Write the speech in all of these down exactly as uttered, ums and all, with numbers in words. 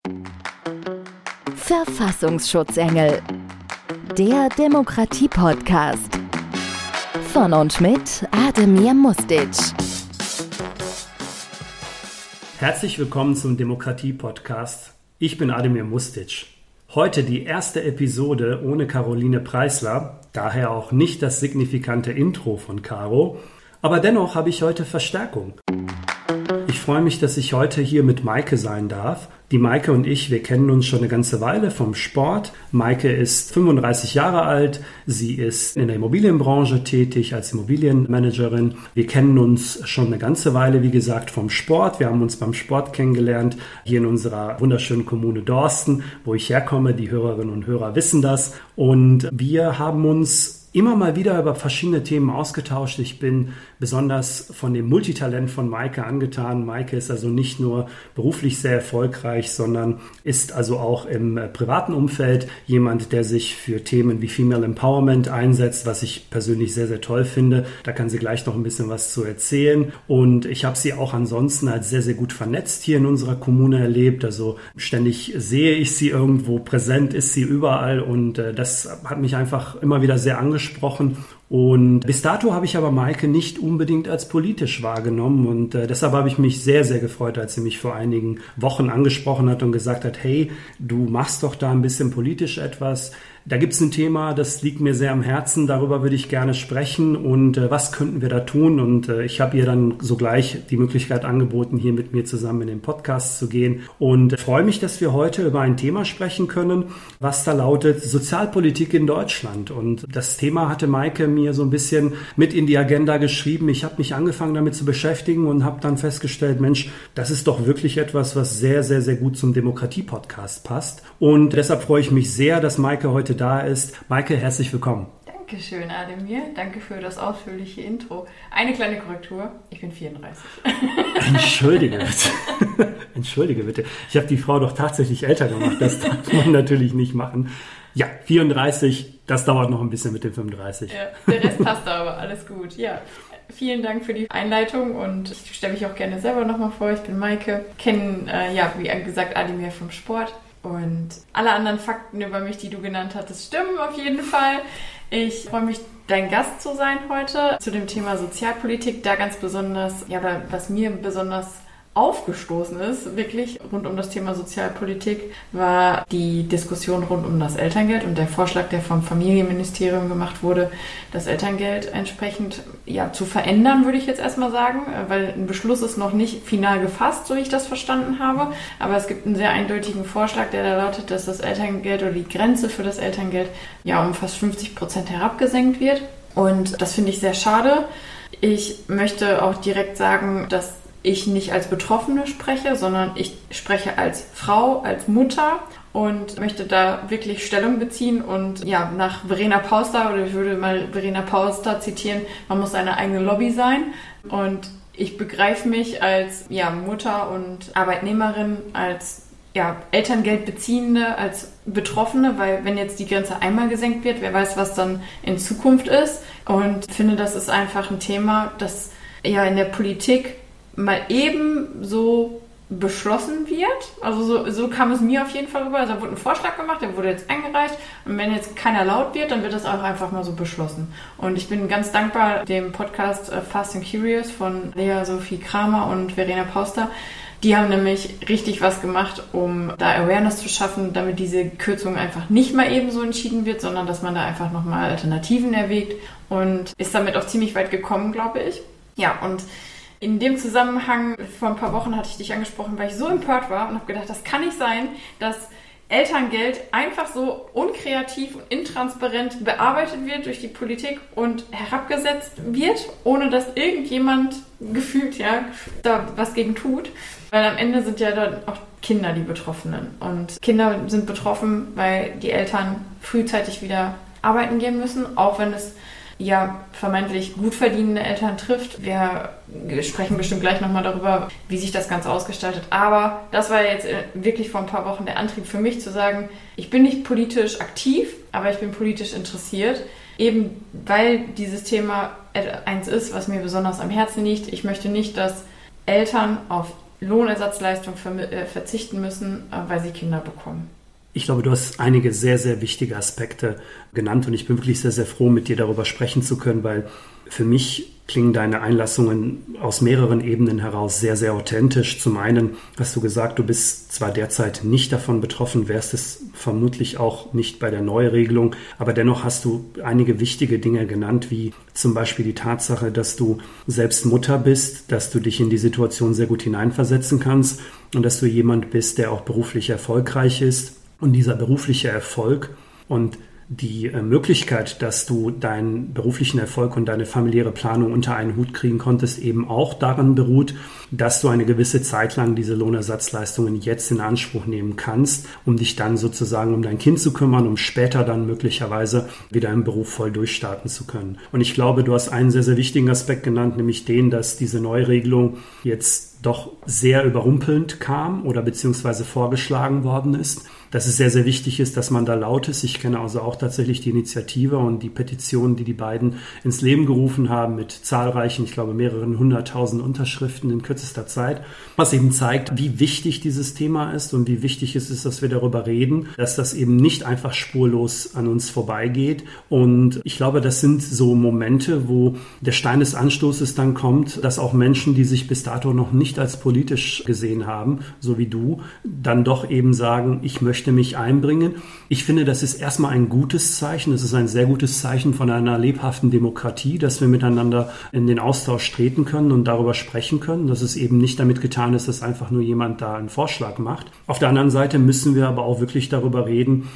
Verfassungsschutzengel, der Demokratie-Podcast von und mit Ademir Mustic. Herzlich willkommen zum Demokratie-Podcast. Ich bin Ademir Mustic. Heute die erste Episode ohne Caroline Preisler, daher auch nicht das signifikante Intro von Caro, aber dennoch habe ich heute Verstärkung. Ich freue mich, dass ich heute hier mit Maike sein darf. Die Maike und ich, wir kennen uns schon eine ganze Weile vom Sport. Maike ist fünfunddreißig Jahre alt. Sie ist in der Immobilienbranche tätig als Immobilienmanagerin. Wir kennen uns schon eine ganze Weile, wie gesagt, vom Sport. Wir haben uns beim Sport kennengelernt, hier in unserer wunderschönen Kommune Dorsten, wo ich herkomme. Die Hörerinnen und Hörer wissen das. Und wir haben uns immer mal wieder über verschiedene Themen ausgetauscht. Ich bin besonders von dem Multitalent von Maike angetan. Maike ist also nicht nur beruflich sehr erfolgreich, sondern ist also auch im privaten Umfeld jemand, der sich für Themen wie Female Empowerment einsetzt, was ich persönlich sehr, sehr toll finde. Da kann sie gleich noch ein bisschen was zu erzählen. Und ich habe sie auch ansonsten als sehr, sehr gut vernetzt hier in unserer Kommune erlebt. Also ständig sehe ich sie irgendwo, präsent ist sie überall und äh, das hat mich einfach immer wieder sehr angesprochen. Gesprochen. Und bis dato habe ich aber Maike nicht unbedingt als politisch wahrgenommen und äh, deshalb habe ich mich sehr, sehr gefreut, als sie mich vor einigen Wochen angesprochen hat und gesagt hat, hey, du machst doch da ein bisschen politisch etwas. Da gibt es ein Thema, das liegt mir sehr am Herzen, darüber würde ich gerne sprechen und äh, was könnten wir da tun? Und äh, ich habe ihr dann sogleich die Möglichkeit angeboten, hier mit mir zusammen in den Podcast zu gehen und äh, freue mich, dass wir heute über ein Thema sprechen können, was da lautet Sozialpolitik in Deutschland. Und das Thema hatte Maike mir so ein bisschen mit in die Agenda geschrieben. Ich habe mich angefangen damit zu beschäftigen und habe dann festgestellt, Mensch, das ist doch wirklich etwas, was sehr, sehr, sehr gut zum Demokratie-Podcast passt. Und deshalb freue ich mich sehr, dass Maike heute da ist. Maike, herzlich willkommen. Dankeschön, Ademir. Danke für das ausführliche Intro. Eine kleine Korrektur. Ich bin vierunddreißig. Entschuldige bitte. Entschuldige bitte. Ich habe die Frau doch tatsächlich älter gemacht. Das darf man natürlich nicht machen. Ja, vierunddreißig, das dauert noch ein bisschen mit dem fünfunddreißig. Ja, der Rest passt aber, alles gut. Ja, vielen Dank für die Einleitung und ich stelle mich auch gerne selber nochmal vor. Ich bin Maike, kenne, äh, ja, wie gesagt, Ademir vom Sport. Und alle anderen Fakten über mich, die du genannt hattest, stimmen auf jeden Fall. Ich freue mich, dein Gast zu sein heute zu dem Thema Sozialpolitik. Da ganz besonders, ja, was mir besonders aufgestoßen ist, wirklich rund um das Thema Sozialpolitik, war die Diskussion rund um das Elterngeld und der Vorschlag, der vom Familienministerium gemacht wurde, das Elterngeld entsprechend ja zu verändern, würde ich jetzt erstmal sagen, weil ein Beschluss ist noch nicht final gefasst, so wie ich das verstanden habe, aber es gibt einen sehr eindeutigen Vorschlag, der da lautet, dass das Elterngeld oder die Grenze für das Elterngeld ja um fast fünfzig Prozent herabgesenkt wird und das finde ich sehr schade. Ich möchte auch direkt sagen, dass ich nicht als Betroffene spreche, sondern ich spreche als Frau, als Mutter und möchte da wirklich Stellung beziehen und ja, nach Verena Pauster, oder ich würde mal Verena Pauster zitieren, man muss seine eigene Lobby sein und ich begreife mich als ja, Mutter und Arbeitnehmerin, als ja, Elterngeldbeziehende, als Betroffene, weil wenn jetzt die Grenze einmal gesenkt wird, wer weiß, was dann in Zukunft ist und finde, das ist einfach ein Thema, das ja in der Politik mal eben so beschlossen wird. Also so, so kam es mir auf jeden Fall rüber. Also da wurde ein Vorschlag gemacht, der wurde jetzt eingereicht und wenn jetzt keiner laut wird, dann wird das auch einfach mal so beschlossen. Und ich bin ganz dankbar dem Podcast Fast and Curious von Lea Sophie Kramer und Verena Pauster. Die haben nämlich richtig was gemacht, um da Awareness zu schaffen, damit diese Kürzung einfach nicht mal eben so entschieden wird, sondern dass man da einfach nochmal Alternativen erwägt und ist damit auch ziemlich weit gekommen, glaube ich. Ja, und in dem Zusammenhang, vor ein paar Wochen hatte ich dich angesprochen, weil ich so empört war und habe gedacht, das kann nicht sein, dass Elterngeld einfach so unkreativ und intransparent bearbeitet wird durch die Politik und herabgesetzt wird, ohne dass irgendjemand gefühlt ja da was gegen tut. Weil am Ende sind ja dann auch Kinder die Betroffenen. Und Kinder sind betroffen, weil die Eltern frühzeitig wieder arbeiten gehen müssen, auch wenn es ja vermeintlich gut verdienende Eltern trifft. Wir sprechen bestimmt gleich nochmal darüber, wie sich das Ganze ausgestaltet. Aber das war jetzt wirklich vor ein paar Wochen der Antrieb für mich zu sagen, ich bin nicht politisch aktiv, aber ich bin politisch interessiert. Eben weil dieses Thema eins ist, was mir besonders am Herzen liegt. Ich möchte nicht, dass Eltern auf Lohnersatzleistung ver- äh, verzichten müssen, äh, weil sie Kinder bekommen. Ich glaube, du hast einige sehr, sehr wichtige Aspekte genannt und ich bin wirklich sehr, sehr froh, mit dir darüber sprechen zu können, weil für mich klingen deine Einlassungen aus mehreren Ebenen heraus sehr, sehr authentisch. Zum einen hast du gesagt, du bist zwar derzeit nicht davon betroffen, wärst es vermutlich auch nicht bei der Neuregelung, aber dennoch hast du einige wichtige Dinge genannt, wie zum Beispiel die Tatsache, dass du selbst Mutter bist, dass du dich in die Situation sehr gut hineinversetzen kannst und dass du jemand bist, der auch beruflich erfolgreich ist. Und dieser berufliche Erfolg und die Möglichkeit, dass du deinen beruflichen Erfolg und deine familiäre Planung unter einen Hut kriegen konntest, eben auch daran beruht, dass du eine gewisse Zeit lang diese Lohnersatzleistungen jetzt in Anspruch nehmen kannst, um dich dann sozusagen um dein Kind zu kümmern, um später dann möglicherweise wieder im Beruf voll durchstarten zu können. Und ich glaube, du hast einen sehr, sehr wichtigen Aspekt genannt, nämlich den, dass diese Neuregelung jetzt doch sehr überrumpelnd kam oder beziehungsweise vorgeschlagen worden ist. Dass es sehr, sehr wichtig ist, dass man da laut ist. Ich kenne also auch tatsächlich die Initiative und die Petition, die die beiden ins Leben gerufen haben mit zahlreichen, ich glaube mehreren hunderttausend Unterschriften in kürzester Zeit, was eben zeigt, wie wichtig dieses Thema ist und wie wichtig es ist, dass wir darüber reden, dass das eben nicht einfach spurlos an uns vorbeigeht. Und ich glaube, das sind so Momente, wo der Stein des Anstoßes dann kommt, dass auch Menschen, die sich bis dato noch nicht als politisch gesehen haben, so wie du, dann doch eben sagen, ich möchte möchte mich einbringen. Ich finde, das ist erstmal ein gutes Zeichen. Es ist ein sehr gutes Zeichen von einer lebhaften Demokratie, dass wir miteinander in den Austausch treten können und darüber sprechen können, dass es eben nicht damit getan ist, dass einfach nur jemand da einen Vorschlag macht. Auf der anderen Seite müssen wir aber auch wirklich darüber reden,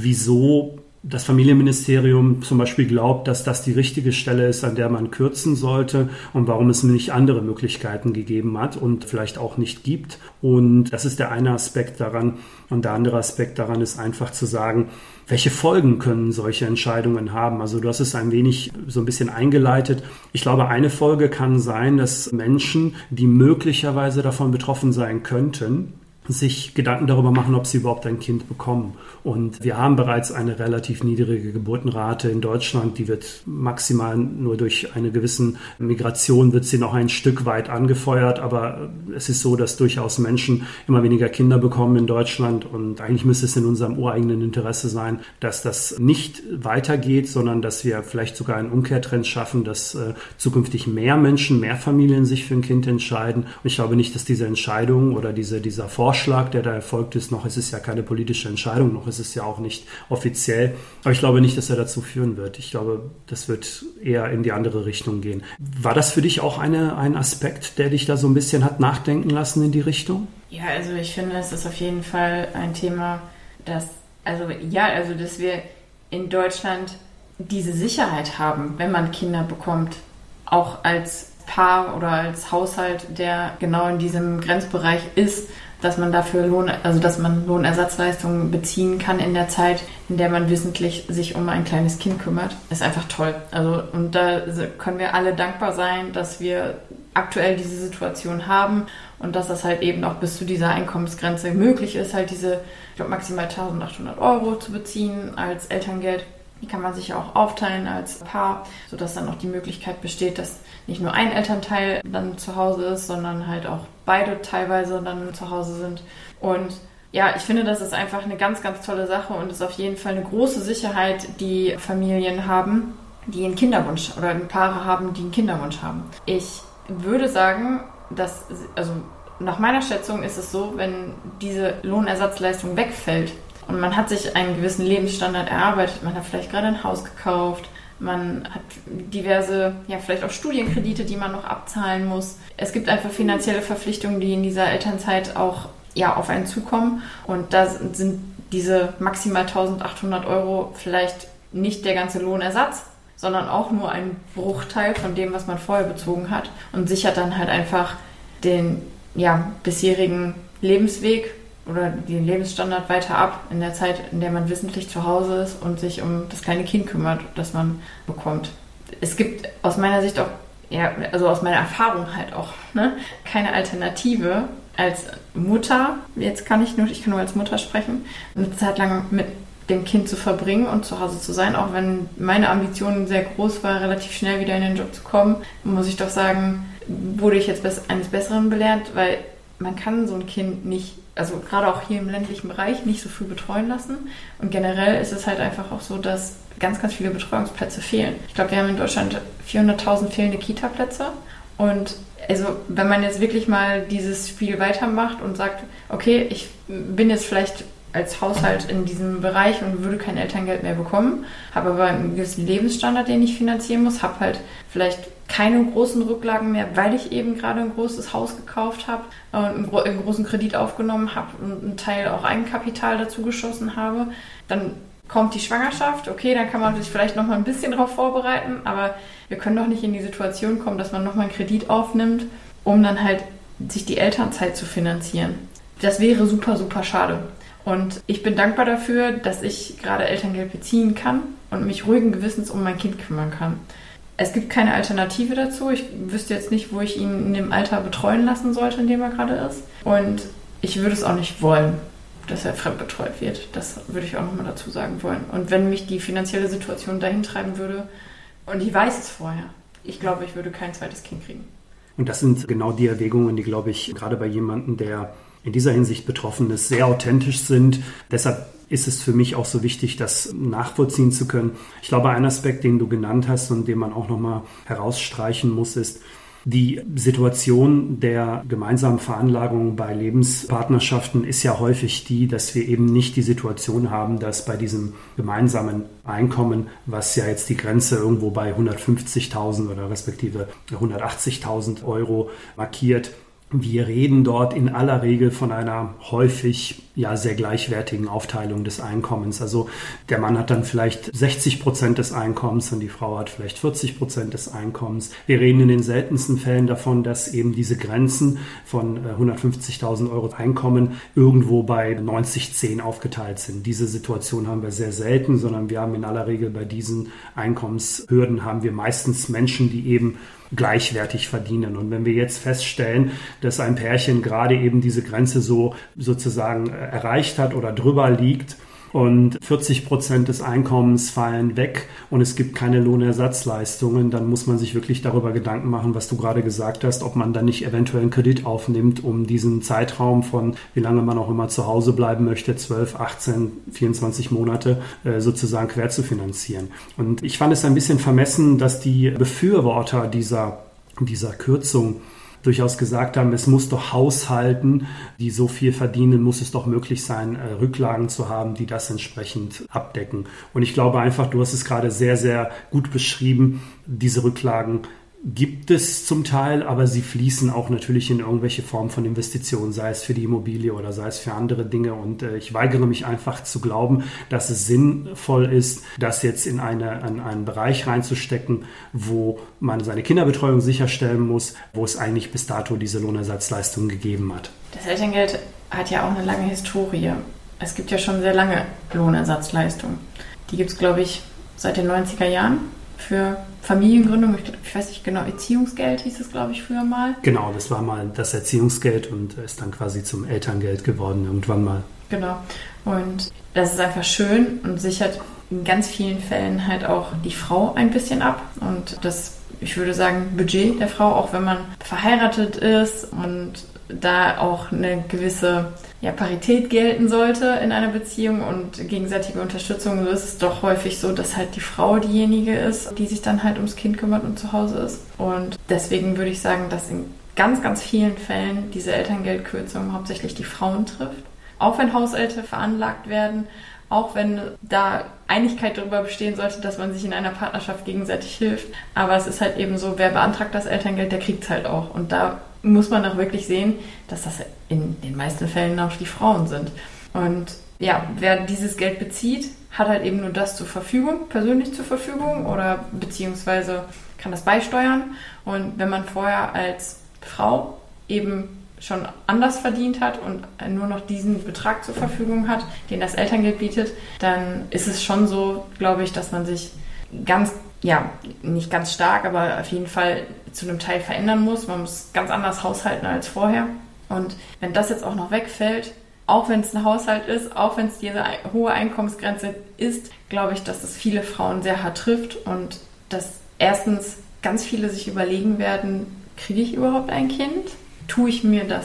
wieso das Familienministerium zum Beispiel glaubt, dass das die richtige Stelle ist, an der man kürzen sollte und warum es nicht andere Möglichkeiten gegeben hat und vielleicht auch nicht gibt. Und das ist der eine Aspekt daran. Und der andere Aspekt daran ist einfach zu sagen, welche Folgen können solche Entscheidungen haben? Also du hast es ein wenig so ein bisschen eingeleitet. Ich glaube, eine Folge kann sein, dass Menschen, die möglicherweise davon betroffen sein könnten, sich Gedanken darüber machen, ob sie überhaupt ein Kind bekommen. Und wir haben bereits eine relativ niedrige Geburtenrate in Deutschland. Die wird maximal nur durch eine gewisse Migration wird sie noch ein Stück weit angefeuert. Aber es ist so, dass durchaus Menschen immer weniger Kinder bekommen in Deutschland. Und eigentlich müsste es in unserem ureigenen Interesse sein, dass das nicht weitergeht, sondern dass wir vielleicht sogar einen Umkehrtrend schaffen, dass äh, zukünftig mehr Menschen, mehr Familien sich für ein Kind entscheiden. Und ich glaube nicht, dass diese Entscheidung oder diese, dieser Vorschlag, der da erfolgt ist, noch ist es ja keine politische Entscheidung, noch ist es ja auch nicht offiziell. Aber ich glaube nicht, dass er dazu führen wird. Ich glaube, das wird eher in die andere Richtung gehen. War das für dich auch eine, ein Aspekt, der dich da so ein bisschen hat nachdenken lassen in die Richtung? Ja, also ich finde, es ist auf jeden Fall ein Thema, dass, also ja, also dass wir in Deutschland diese Sicherheit haben, wenn man Kinder bekommt, auch als Paar oder als Haushalt, der genau in diesem Grenzbereich ist, dass man dafür Lohn, also dass man Lohnersatzleistungen beziehen kann in der Zeit, in der man wissentlich sich um ein kleines Kind kümmert, ist einfach toll. Also und da können wir alle dankbar sein, dass wir aktuell diese Situation haben und dass das halt eben auch bis zu dieser Einkommensgrenze möglich ist, halt diese, ich glaube, maximal eintausendachthundert Euro zu beziehen als Elterngeld. Die kann man sich ja auch aufteilen als Paar, sodass dann auch die Möglichkeit besteht, dass nicht nur ein Elternteil dann zu Hause ist, sondern halt auch beide teilweise dann zu Hause sind. Und ja, ich finde, das ist einfach eine ganz, ganz tolle Sache und ist auf jeden Fall eine große Sicherheit, die Familien haben, die einen Kinderwunsch oder Paare haben, die einen Kinderwunsch haben. Ich würde sagen, dass, also nach meiner Schätzung ist es so, wenn diese Lohnersatzleistung wegfällt und man hat sich einen gewissen Lebensstandard erarbeitet, man hat vielleicht gerade ein Haus gekauft, man hat diverse, ja vielleicht auch Studienkredite, die man noch abzahlen muss. Es gibt einfach finanzielle Verpflichtungen, die in dieser Elternzeit auch ja, auf einen zukommen. Und da sind diese maximal eintausendachthundert Euro vielleicht nicht der ganze Lohnersatz, sondern auch nur ein Bruchteil von dem, was man vorher bezogen hat und sichert dann halt einfach den ja, bisherigen Lebensweg oder den Lebensstandard weiter ab in der Zeit, in der man wissentlich zu Hause ist und sich um das kleine Kind kümmert, das man bekommt. Es gibt aus meiner Sicht auch, ja, also aus meiner Erfahrung halt auch, ne, keine Alternative als Mutter, jetzt kann ich nur, ich kann nur als Mutter sprechen, eine Zeit lang mit dem Kind zu verbringen und zu Hause zu sein, auch wenn meine Ambition sehr groß war, relativ schnell wieder in den Job zu kommen, muss ich doch sagen, wurde ich jetzt eines Besseren belehrt, weil man kann so ein Kind nicht, also gerade auch hier im ländlichen Bereich, nicht so früh betreuen lassen. Und generell ist es halt einfach auch so, dass ganz, ganz viele Betreuungsplätze fehlen. Ich glaube, wir haben in Deutschland vierhunderttausend fehlende Kita-Plätze. Und also wenn man jetzt wirklich mal dieses Spiel weitermacht und sagt, okay, ich bin jetzt vielleicht als Haushalt in diesem Bereich und würde kein Elterngeld mehr bekommen, habe aber einen gewissen Lebensstandard, den ich finanzieren muss, habe halt vielleicht keine großen Rücklagen mehr, weil ich eben gerade ein großes Haus gekauft habe und einen großen Kredit aufgenommen habe und einen Teil auch Eigenkapital dazu geschossen habe. Dann kommt die Schwangerschaft, okay, dann kann man sich vielleicht noch mal ein bisschen darauf vorbereiten, aber wir können doch nicht in die Situation kommen, dass man noch mal einen Kredit aufnimmt, um dann halt sich die Elternzeit zu finanzieren. Das wäre super, super schade. Und ich bin dankbar dafür, dass ich gerade Elterngeld beziehen kann und mich ruhigen Gewissens um mein Kind kümmern kann. Es gibt keine Alternative dazu. Ich wüsste jetzt nicht, wo ich ihn in dem Alter betreuen lassen sollte, in dem er gerade ist. Und ich würde es auch nicht wollen, dass er fremdbetreut wird. Das würde ich auch nochmal dazu sagen wollen. Und wenn mich die finanzielle Situation dahin treiben würde, und ich weiß es vorher, ich glaube, ich würde kein zweites Kind kriegen. Und das sind genau die Erwägungen, die, glaube ich, gerade bei jemandem, der in dieser Hinsicht betroffen ist, sehr authentisch sind. Deshalb ist es für mich auch so wichtig, das nachvollziehen zu können. Ich glaube, ein Aspekt, den du genannt hast und den man auch nochmal herausstreichen muss, ist die Situation der gemeinsamen Veranlagung bei Lebenspartnerschaften ist ja häufig die, dass wir eben nicht die Situation haben, dass bei diesem gemeinsamen Einkommen, was ja jetzt die Grenze irgendwo bei hundertfünfzigtausend oder respektive hundertachtzigtausend Euro markiert, wir reden dort in aller Regel von einer häufig ja sehr gleichwertigen Aufteilung des Einkommens. Also der Mann hat dann vielleicht sechzig Prozent des Einkommens und die Frau hat vielleicht vierzig Prozent des Einkommens. Wir reden in den seltensten Fällen davon, dass eben diese Grenzen von hundertfünfzigtausend Euro Einkommen irgendwo bei neunzig zehn aufgeteilt sind. Diese Situation haben wir sehr selten, sondern wir haben in aller Regel bei diesen Einkommenshürden haben wir meistens Menschen, die eben gleichwertig verdienen. Und wenn wir jetzt feststellen, dass ein Pärchen gerade eben diese Grenze so sozusagen erreicht hat oder drüber liegt und vierzig Prozent des Einkommens fallen weg und es gibt keine Lohnersatzleistungen, dann muss man sich wirklich darüber Gedanken machen, was du gerade gesagt hast, ob man dann nicht eventuell einen Kredit aufnimmt, um diesen Zeitraum von, wie lange man auch immer zu Hause bleiben möchte, zwölf, achtzehn, vierundzwanzig Monate sozusagen quer zu finanzieren. Und ich fand es ein bisschen vermessen, dass die Befürworter dieser, dieser Kürzung durchaus gesagt haben, es muss doch Haushalten, die so viel verdienen, muss es doch möglich sein, äh, Rücklagen zu haben, die das entsprechend abdecken. Und ich glaube einfach, du hast es gerade sehr, sehr gut beschrieben, diese Rücklagen gibt es zum Teil, aber sie fließen auch natürlich in irgendwelche Formen von Investitionen, sei es für die Immobilie oder sei es für andere Dinge. Und äh, ich weigere mich einfach zu glauben, dass es sinnvoll ist, das jetzt in, eine, in einen Bereich reinzustecken, wo man seine Kinderbetreuung sicherstellen muss, wo es eigentlich bis dato diese Lohnersatzleistung gegeben hat. Das Elterngeld hat ja auch eine lange Historie. Es gibt ja schon sehr lange Lohnersatzleistungen. Die gibt es, glaube ich, seit den neunziger Jahren. Für Familiengründung, ich, ich weiß nicht genau, Erziehungsgeld hieß es, glaube ich, früher mal. Genau, das war mal das Erziehungsgeld und ist dann quasi zum Elterngeld geworden, irgendwann mal. Genau, und das ist einfach schön und sichert in ganz vielen Fällen halt auch die Frau ein bisschen ab. Und das, ich würde sagen, Budget der Frau, auch wenn man verheiratet ist und da auch eine gewisse ja, Parität gelten sollte in einer Beziehung und gegenseitige Unterstützung, so ist es doch häufig so, dass halt die Frau diejenige ist, die sich dann halt ums Kind kümmert und zu Hause ist. Und deswegen würde ich sagen, dass in ganz, ganz vielen Fällen diese Elterngeldkürzung hauptsächlich die Frauen trifft. Auch wenn Haushalte veranlagt werden, auch wenn da Einigkeit darüber bestehen sollte, dass man sich in einer Partnerschaft gegenseitig hilft. Aber es ist halt eben so, wer beantragt das Elterngeld, der kriegt es halt auch. Und da muss man auch wirklich sehen, dass das in den meisten Fällen auch die Frauen sind. Und ja, wer dieses Geld bezieht, hat halt eben nur das zur Verfügung, persönlich zur Verfügung oder beziehungsweise kann das beisteuern. Und wenn man vorher als Frau eben schon anders verdient hat und nur noch diesen Betrag zur Verfügung hat, den das Elterngeld bietet, dann ist es schon so, glaube ich, dass man sich ganz, ja, nicht ganz stark, aber auf jeden Fall zu einem Teil verändern muss. Man muss ganz anders haushalten als vorher. Und wenn das jetzt auch noch wegfällt, auch wenn es ein Haushalt ist, auch wenn es diese hohe Einkommensgrenze ist, glaube ich, dass es viele Frauen sehr hart trifft und dass erstens ganz viele sich überlegen werden, kriege ich überhaupt ein Kind? Tue ich mir das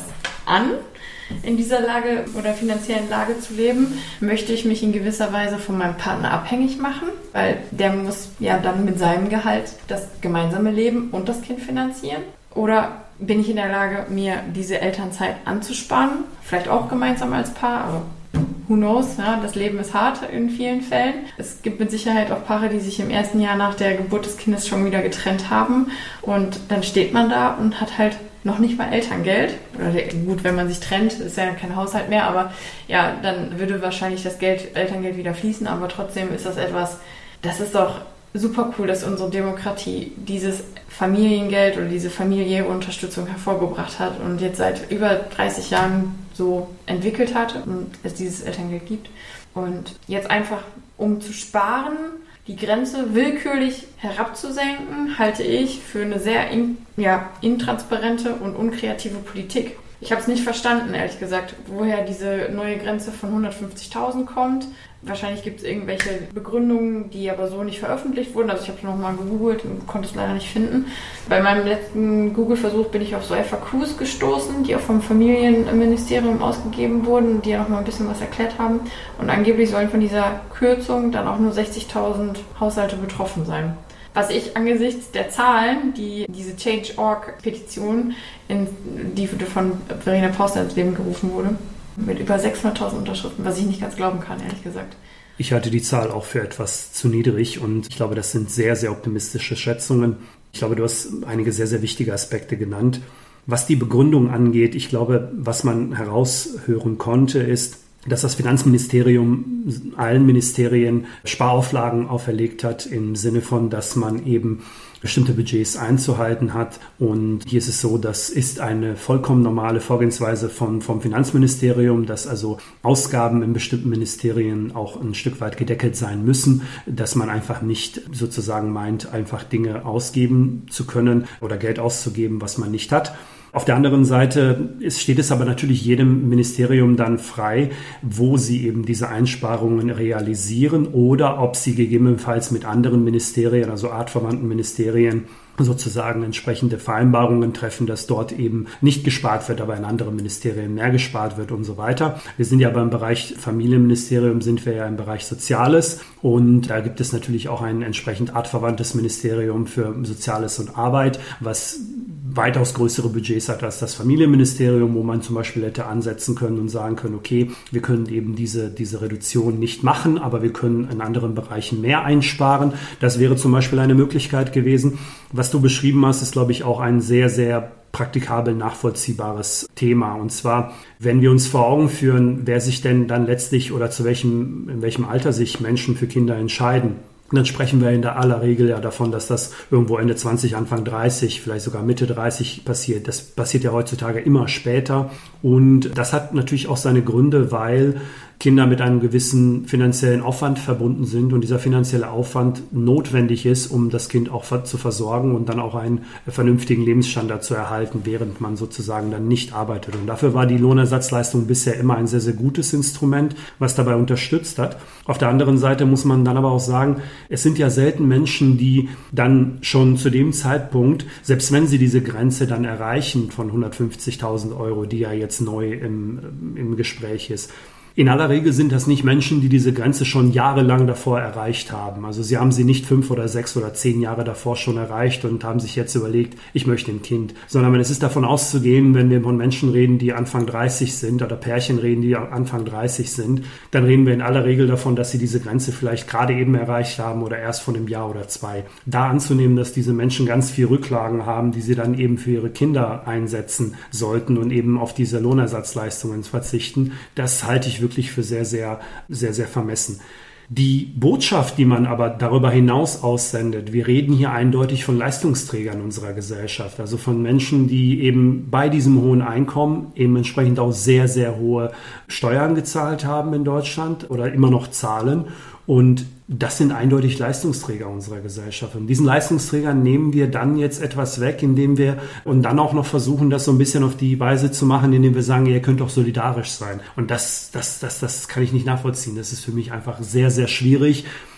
an, in dieser Lage oder finanziellen Lage zu leben? Möchte ich mich in gewisser Weise von meinem Partner abhängig machen? Weil der muss ja dann mit seinem Gehalt das gemeinsame Leben und das Kind finanzieren. Oder bin ich in der Lage, mir diese Elternzeit anzusparen? Vielleicht auch gemeinsam als Paar, aber who knows, ja, das Leben ist hart in vielen Fällen. Es gibt mit Sicherheit auch Paare, die sich im ersten Jahr nach der Geburt des Kindes schon wieder getrennt haben. Und dann steht man da und hat halt noch nicht mal Elterngeld. Oder gut, wenn man sich trennt, ist ja kein Haushalt mehr, aber ja, dann würde wahrscheinlich das Geld, Elterngeld wieder fließen, aber trotzdem ist das etwas, das ist doch super cool, dass unsere Demokratie dieses Familiengeld oder diese familiäre Unterstützung hervorgebracht hat und jetzt seit über dreißig Jahren so entwickelt hat und es dieses Elterngeld gibt. Und jetzt einfach, um zu sparen, die Grenze willkürlich herabzusenken, halte ich für eine sehr in, ja, intransparente und unkreative Politik. Ich habe es nicht verstanden, ehrlich gesagt, woher diese neue Grenze von hundertfünfzigtausend kommt. Wahrscheinlich gibt es irgendwelche Begründungen, die aber so nicht veröffentlicht wurden. Also ich habe nochmal gegoogelt und konnte es leider nicht finden. Bei meinem letzten Google-Versuch bin ich auf so F A Qs gestoßen, die auch vom Familienministerium ausgegeben wurden, die ja nochmal ein bisschen was erklärt haben. Und angeblich sollen von dieser Kürzung dann auch nur sechzigtausend Haushalte betroffen sein. Was ich angesichts der Zahlen, die diese Change Punkt org-Petition, in, die von Verena Pauster ins Leben gerufen wurde, mit über sechshunderttausend Unterschriften, was ich nicht ganz glauben kann, ehrlich gesagt. Ich halte die Zahl auch für etwas zu niedrig und ich glaube, das sind sehr, sehr optimistische Schätzungen. Ich glaube, du hast einige sehr, sehr wichtige Aspekte genannt. Was die Begründung angeht, ich glaube, was man heraushören konnte, ist, dass das Finanzministerium allen Ministerien Sparauflagen auferlegt hat, im Sinne von, dass man eben bestimmte Budgets einzuhalten hat. Und hier ist es so, das ist eine vollkommen normale Vorgehensweise vom, vom Finanzministerium, dass also Ausgaben in bestimmten Ministerien auch ein Stück weit gedeckelt sein müssen, dass man einfach nicht sozusagen meint, einfach Dinge ausgeben zu können oder Geld auszugeben, was man nicht hat. Auf der anderen Seite steht es aber natürlich jedem Ministerium dann frei, wo sie eben diese Einsparungen realisieren oder ob sie gegebenenfalls mit anderen Ministerien, also artverwandten Ministerien, sozusagen entsprechende Vereinbarungen treffen, dass dort eben nicht gespart wird, aber in anderen Ministerien mehr gespart wird und so weiter. Wir sind ja beim Bereich Familienministerium, sind wir ja im Bereich Soziales und da gibt es natürlich auch ein entsprechend artverwandtes Ministerium für Soziales und Arbeit, was weitaus größere Budgets hat als das Familienministerium, wo man zum Beispiel hätte ansetzen können und sagen können, okay, wir können eben diese, diese Reduktion nicht machen, aber wir können in anderen Bereichen mehr einsparen. Das wäre zum Beispiel eine Möglichkeit gewesen. Was du beschrieben hast, ist, glaube ich, auch ein sehr, sehr praktikabel nachvollziehbares Thema. Und zwar, wenn wir uns vor Augen führen, wer sich denn dann letztlich oder zu welchem, in welchem Alter sich Menschen für Kinder entscheiden, dann sprechen wir in der aller Regel ja davon, dass das irgendwo Ende zwanzig, Anfang dreißig, vielleicht sogar Mitte dreißig passiert. Das passiert ja heutzutage immer später. Und das hat natürlich auch seine Gründe, weil Kinder mit einem gewissen finanziellen Aufwand verbunden sind und dieser finanzielle Aufwand notwendig ist, um das Kind auch zu versorgen und dann auch einen vernünftigen Lebensstandard zu erhalten, während man sozusagen dann nicht arbeitet. Und dafür war die Lohnersatzleistung bisher immer ein sehr, sehr gutes Instrument, was dabei unterstützt hat. Auf der anderen Seite muss man dann aber auch sagen, es sind ja selten Menschen, die dann schon zu dem Zeitpunkt, selbst wenn sie diese Grenze dann erreichen von hundertfünfzigtausend Euro, die ja jetzt neu im, im Gespräch ist, in aller Regel sind das nicht Menschen, die diese Grenze schon jahrelang davor erreicht haben. Also sie haben sie nicht fünf oder sechs oder zehn Jahre davor schon erreicht und haben sich jetzt überlegt, ich möchte ein Kind. Sondern es ist davon auszugehen, wenn wir von Menschen reden, die Anfang dreißig sind oder Pärchen reden, die Anfang dreißig sind, dann reden wir in aller Regel davon, dass sie diese Grenze vielleicht gerade eben erreicht haben oder erst von einem Jahr oder zwei. Da anzunehmen, dass diese Menschen ganz viel Rücklagen haben, die sie dann eben für ihre Kinder einsetzen sollten und eben auf diese Lohnersatzleistungen verzichten, das halte ich wirklich wirklich für sehr, sehr, sehr, sehr vermessen. Die Botschaft, die man aber darüber hinaus aussendet, wir reden hier eindeutig von Leistungsträgern unserer Gesellschaft, also von Menschen, die eben bei diesem hohen Einkommen eben entsprechend auch sehr, sehr hohe Steuern gezahlt haben in Deutschland oder immer noch zahlen. Und das sind eindeutig Leistungsträger unserer Gesellschaft. Und diesen Leistungsträgern nehmen wir dann jetzt etwas weg, indem wir und dann auch noch versuchen, das so ein bisschen auf die Weise zu machen, indem wir sagen, ihr könnt doch solidarisch sein. Und das, das, das, das kann ich nicht nachvollziehen. Das ist für mich einfach sehr, sehr schwierig.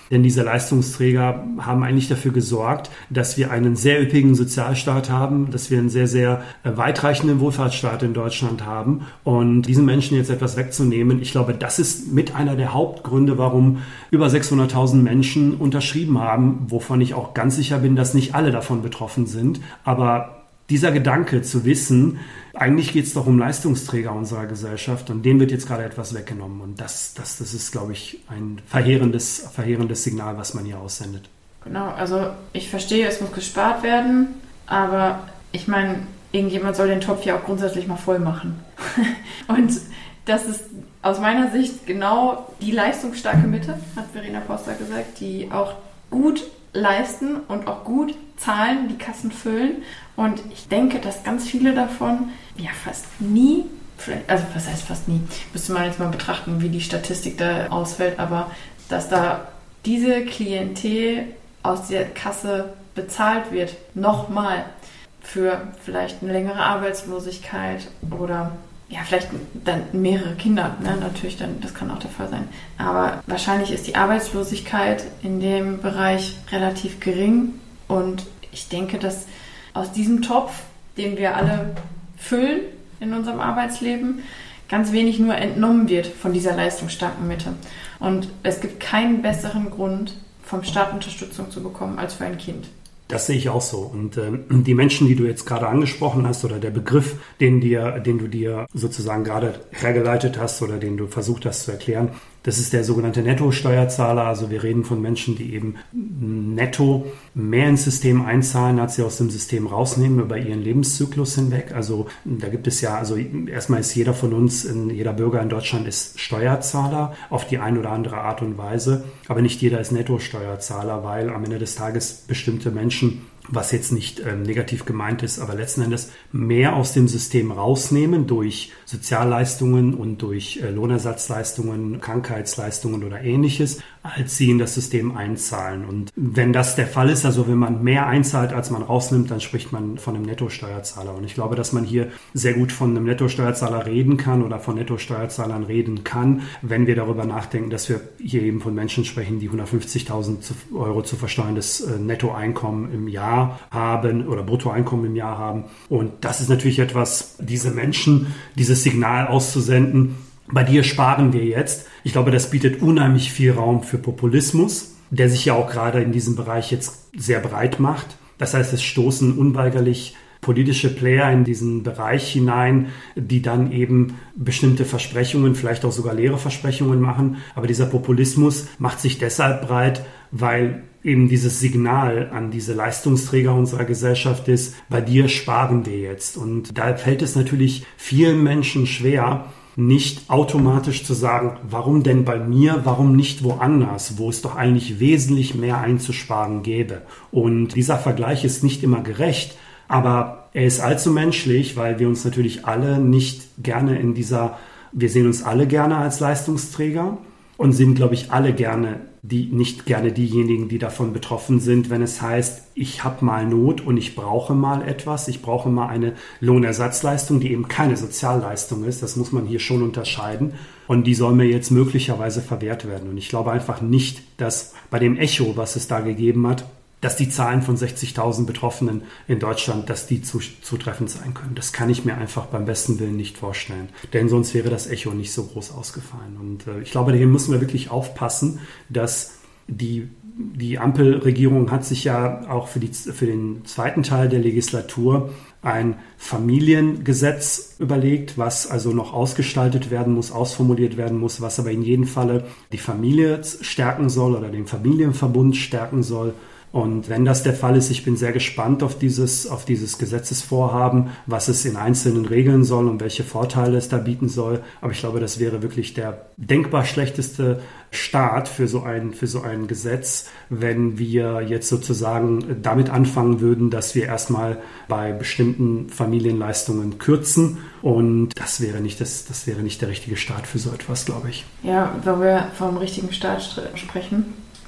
Denn diese Leistungsträger haben eigentlich dafür gesorgt, dass wir einen sehr üppigen Sozialstaat haben, dass wir einen sehr, sehr weitreichenden Wohlfahrtsstaat in Deutschland haben. Und diesen Menschen jetzt etwas wegzunehmen, ich glaube, das ist mit einer der Hauptgründe, warum über sechshunderttausend Menschen unterschrieben haben, wovon ich auch ganz sicher bin, dass nicht alle davon betroffen sind. Aber dieser Gedanke zu wissen, eigentlich geht es doch um Leistungsträger unserer Gesellschaft und denen wird jetzt gerade etwas weggenommen. Und das, das, das ist, glaube ich, ein verheerendes, verheerendes Signal, was man hier aussendet. Genau, also ich verstehe, es muss gespart werden, aber ich meine, irgendjemand soll den Topf ja auch grundsätzlich mal voll machen. Und das ist aus meiner Sicht genau die leistungsstarke Mitte, hat Verena Poster gesagt, die auch gut leisten und auch gut zahlen, die Kassen füllen. Und ich denke, dass ganz viele davon ja fast nie, also was heißt fast nie, müsste man jetzt mal betrachten, wie die Statistik da ausfällt, aber dass da diese Klientel aus der Kasse bezahlt wird, nochmal für vielleicht eine längere Arbeitslosigkeit oder ja, vielleicht dann mehrere Kinder, ne? Natürlich, dann, das kann auch der Fall sein. Aber wahrscheinlich ist die Arbeitslosigkeit in dem Bereich relativ gering und ich denke, dass aus diesem Topf, den wir alle füllen in unserem Arbeitsleben, ganz wenig nur entnommen wird von dieser leistungsstarken Mitte. Und es gibt keinen besseren Grund, vom Staat Unterstützung zu bekommen, als für ein Kind. Das sehe ich auch so. Und ähm, die Menschen, die du jetzt gerade angesprochen hast oder der Begriff, den, dir, den du dir sozusagen gerade hergeleitet hast oder den du versucht hast zu erklären, das ist der sogenannte Netto-Steuerzahler. Also wir reden von Menschen, die eben netto mehr ins System einzahlen, als sie aus dem System rausnehmen über ihren Lebenszyklus hinweg. Also da gibt es ja, also erstmal ist jeder von uns, jeder Bürger in Deutschland ist Steuerzahler auf die eine oder andere Art und Weise. Aber nicht jeder ist Netto-Steuerzahler, weil am Ende des Tages bestimmte Menschen, was jetzt nicht ähm, negativ gemeint ist, aber letzten Endes mehr aus dem System rausnehmen durch Sozialleistungen und durch äh, Lohnersatzleistungen, Krankheitsleistungen oder Ähnliches, als sie in das System einzahlen. Und wenn das der Fall ist, also wenn man mehr einzahlt, als man rausnimmt, dann spricht man von einem Nettosteuerzahler. Und ich glaube, dass man hier sehr gut von einem Nettosteuerzahler reden kann oder von Nettosteuerzahlern reden kann, wenn wir darüber nachdenken, dass wir hier eben von Menschen sprechen, die hundertfünfzigtausend Euro zu versteuerndes äh, Nettoeinkommen im Jahr haben oder Bruttoeinkommen im Jahr haben. Und das ist natürlich etwas, diese Menschen, dieses Signal auszusenden, bei dir sparen wir jetzt. Ich glaube, das bietet unheimlich viel Raum für Populismus, der sich ja auch gerade in diesem Bereich jetzt sehr breit macht. Das heißt, es stoßen unweigerlich politische Player in diesen Bereich hinein, die dann eben bestimmte Versprechungen, vielleicht auch sogar leere Versprechungen machen. Aber dieser Populismus macht sich deshalb breit, weil eben dieses Signal an diese Leistungsträger unserer Gesellschaft ist, bei dir sparen wir jetzt. Und da fällt es natürlich vielen Menschen schwer, nicht automatisch zu sagen, warum denn bei mir, warum nicht woanders, wo es doch eigentlich wesentlich mehr einzusparen gäbe. Und dieser Vergleich ist nicht immer gerecht, aber er ist allzu menschlich, weil wir uns natürlich alle nicht gerne in dieser, wir sehen uns alle gerne als Leistungsträger und sind, glaube ich, alle gerne, die nicht gerne diejenigen, die davon betroffen sind, wenn es heißt, ich habe mal Not und ich brauche mal etwas, ich brauche mal eine Lohnersatzleistung, die eben keine Sozialleistung ist, das muss man hier schon unterscheiden und die soll mir jetzt möglicherweise verwehrt werden. Und ich glaube einfach nicht, dass bei dem Echo, was es da gegeben hat, dass die Zahlen von sechzigtausend Betroffenen in Deutschland, dass die zutreffend sein können. Das kann ich mir einfach beim besten Willen nicht vorstellen. Denn sonst wäre das Echo nicht so groß ausgefallen. Und äh, ich glaube, hier müssen wir wirklich aufpassen, dass die, die Ampelregierung hat sich ja auch für, die, für den zweiten Teil der Legislatur ein Familiengesetz überlegt, was also noch ausgestaltet werden muss, ausformuliert werden muss, was aber in jedem Falle die Familie stärken soll oder den Familienverbund stärken soll. Und wenn das der Fall ist, ich bin sehr gespannt auf dieses, auf dieses Gesetzesvorhaben, was es in Einzelnen regeln soll und welche Vorteile es da bieten soll. Aber ich glaube, das wäre wirklich der denkbar schlechteste Start für so ein, für so ein Gesetz, wenn wir jetzt sozusagen damit anfangen würden, dass wir erstmal bei bestimmten Familienleistungen kürzen. Und das wäre nicht das, das wäre nicht der richtige Start für so etwas, glaube ich. Ja, wenn wir vom richtigen Start sprechen,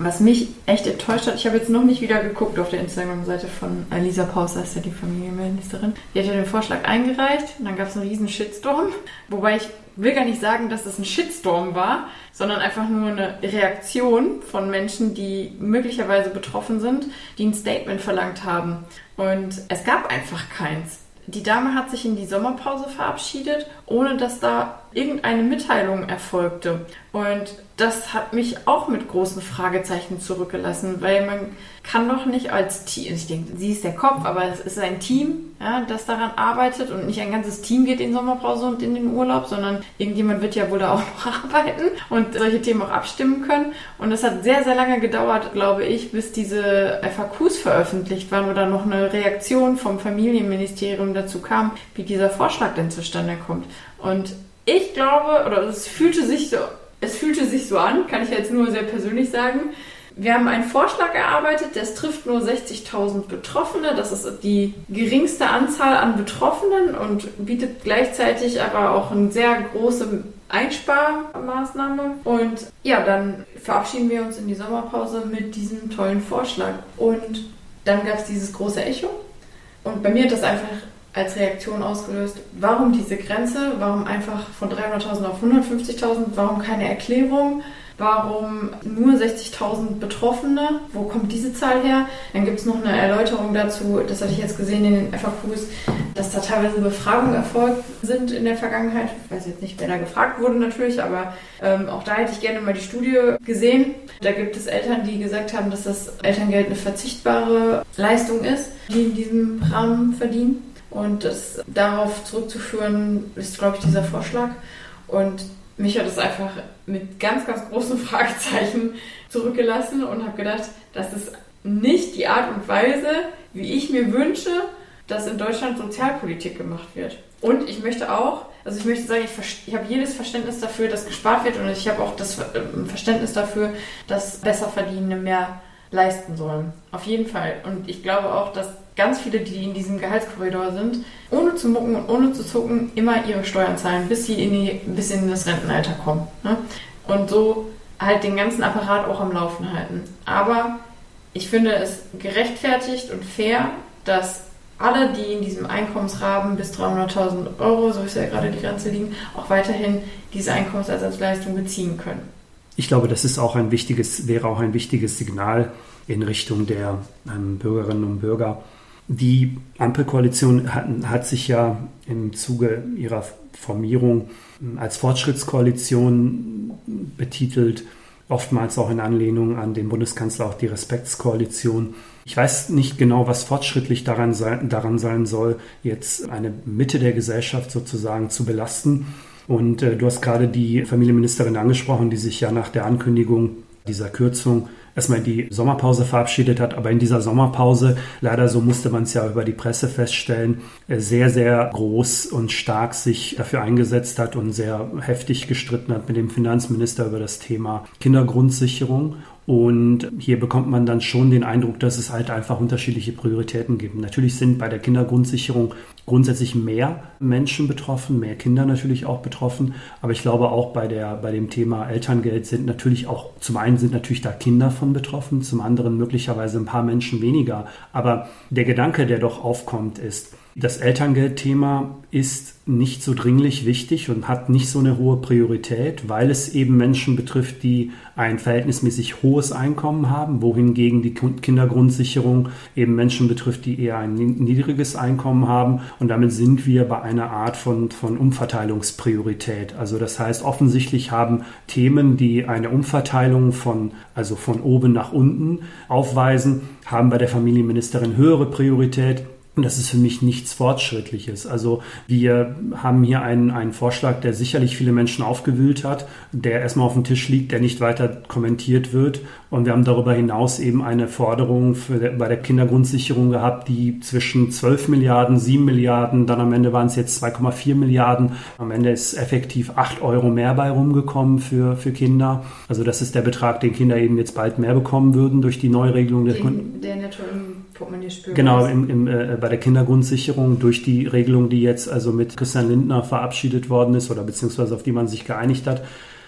Was mich echt enttäuscht hat, ich habe jetzt noch nicht wieder geguckt auf der Instagram-Seite von Lisa Paus, ist ja die Familienministerin. Die hat ja den Vorschlag eingereicht und dann gab es einen riesen Shitstorm. Wobei ich will gar nicht sagen, dass das ein Shitstorm war, sondern einfach nur eine Reaktion von Menschen, die möglicherweise betroffen sind, die ein Statement verlangt haben. Und es gab einfach keins. Die Dame hat sich in die Sommerpause verabschiedet, ohne dass da irgendeine Mitteilung erfolgte. Und das hat mich auch mit großen Fragezeichen zurückgelassen, weil man kann doch nicht als Team, ich denke, sie ist der Kopf, aber es ist ein Team, ja, das daran arbeitet und nicht ein ganzes Team geht in Sommerpause und in den Urlaub, sondern irgendjemand wird ja wohl da auch noch arbeiten und solche Themen auch abstimmen können. Und es hat sehr, sehr lange gedauert, glaube ich, bis diese F A Qs veröffentlicht waren oder noch eine Reaktion vom Familienministerium dazu kam, wie dieser Vorschlag denn zustande kommt. Und ich glaube, oder es fühlte sich so, es fühlte sich so an, kann ich jetzt nur sehr persönlich sagen. Wir haben einen Vorschlag erarbeitet, das trifft nur sechzigtausend Betroffene. Das ist die geringste Anzahl an Betroffenen und bietet gleichzeitig aber auch eine sehr große Einsparmaßnahme. Und ja, dann verabschieden wir uns in die Sommerpause mit diesem tollen Vorschlag. Und dann gab es dieses große Echo. Und bei mir hat das einfach als Reaktion ausgelöst, warum diese Grenze, warum einfach von dreihunderttausend auf hundertfünfzigtausend, warum keine Erklärung, warum nur sechzigtausend Betroffene, wo kommt diese Zahl her? Dann gibt es noch eine Erläuterung dazu, das hatte ich jetzt gesehen in den F A Qs, dass da teilweise Befragungen erfolgt sind in der Vergangenheit. Ich weiß jetzt nicht, wer da gefragt wurde natürlich, aber ähm, auch da hätte ich gerne mal die Studie gesehen. Da gibt es Eltern, die gesagt haben, dass das Elterngeld eine verzichtbare Leistung ist, die in diesem Rahmen verdienen. Und das darauf zurückzuführen ist, glaube ich, dieser Vorschlag. Und mich hat es einfach mit ganz, ganz großen Fragezeichen zurückgelassen und habe gedacht, das ist nicht die Art und Weise, wie ich mir wünsche, dass in Deutschland Sozialpolitik gemacht wird. Und ich möchte auch, also ich möchte sagen, ich, ich habe jedes Verständnis dafür, dass gespart wird und ich habe auch das Verständnis dafür, dass Besserverdienende mehr leisten sollen. Auf jeden Fall. Und ich glaube auch, dass ganz viele, die in diesem Gehaltskorridor sind, ohne zu mucken und ohne zu zucken, immer ihre Steuern zahlen, bis sie in, die, bis sie in das Rentenalter kommen. Ne? Und so halt den ganzen Apparat auch am Laufen halten. Aber ich finde es gerechtfertigt und fair, dass alle, die in diesem Einkommensrahmen bis dreihunderttausend Euro, so ist ja gerade die Grenze liegen, auch weiterhin diese Einkommensersatzleistung beziehen können. Ich glaube, das ist auch ein wichtiges, wäre auch ein wichtiges Signal in Richtung der ähm, Bürgerinnen und Bürger. Die Ampelkoalition hat, hat sich ja im Zuge ihrer Formierung als Fortschrittskoalition betitelt, oftmals auch in Anlehnung an den Bundeskanzler auch die Respektskoalition. Ich weiß nicht genau, was fortschrittlich daran sein, daran sein soll, jetzt eine Mitte der Gesellschaft sozusagen zu belasten. Und äh, du hast gerade die Familienministerin angesprochen, die sich ja nach der Ankündigung dieser Kürzung erstmal in die Sommerpause verabschiedet hat. Aber in dieser Sommerpause, leider so musste man es ja über die Presse feststellen, sehr, sehr groß und stark sich dafür eingesetzt hat und sehr heftig gestritten hat mit dem Finanzminister über das Thema Kindergrundsicherung. Und hier bekommt man dann schon den Eindruck, dass es halt einfach unterschiedliche Prioritäten gibt. Natürlich sind bei der Kindergrundsicherung grundsätzlich mehr Menschen betroffen, mehr Kinder natürlich auch betroffen. Aber ich glaube auch bei der, bei dem Thema Elterngeld sind natürlich auch, zum einen sind natürlich da Kinder von betroffen, zum anderen möglicherweise ein paar Menschen weniger. Aber der Gedanke, der doch aufkommt, ist, das Elterngeldthema ist nicht so dringlich wichtig und hat nicht so eine hohe Priorität, weil es eben Menschen betrifft, die ein verhältnismäßig hohes Einkommen haben, wohingegen die Kindergrundsicherung eben Menschen betrifft, die eher ein niedriges Einkommen haben. Und damit sind wir bei einer Art von, von Umverteilungspriorität. Also das heißt, offensichtlich haben Themen, die eine Umverteilung von, also von oben nach unten aufweisen, haben bei der Familienministerin höhere Priorität. Und das ist für mich nichts Fortschrittliches. Also wir haben hier einen, einen Vorschlag, der sicherlich viele Menschen aufgewühlt hat, der erstmal auf dem Tisch liegt, der nicht weiter kommentiert wird. Und wir haben darüber hinaus eben eine Forderung für, bei der Kindergrundsicherung gehabt, die zwischen zwölf Milliarden, sieben Milliarden, dann am Ende waren es jetzt zwei Komma vier Milliarden. Am Ende ist effektiv acht Euro mehr bei rumgekommen für, für Kinder. Also das ist der Betrag, den Kinder eben jetzt bald mehr bekommen würden durch die Neuregelung der Den, der netto im Portemonnaie spürbar Genau, ist. im, im, äh, bei der Kindergrundsicherung durch die Regelung, die jetzt also mit Christian Lindner verabschiedet worden ist oder beziehungsweise auf die man sich geeinigt hat.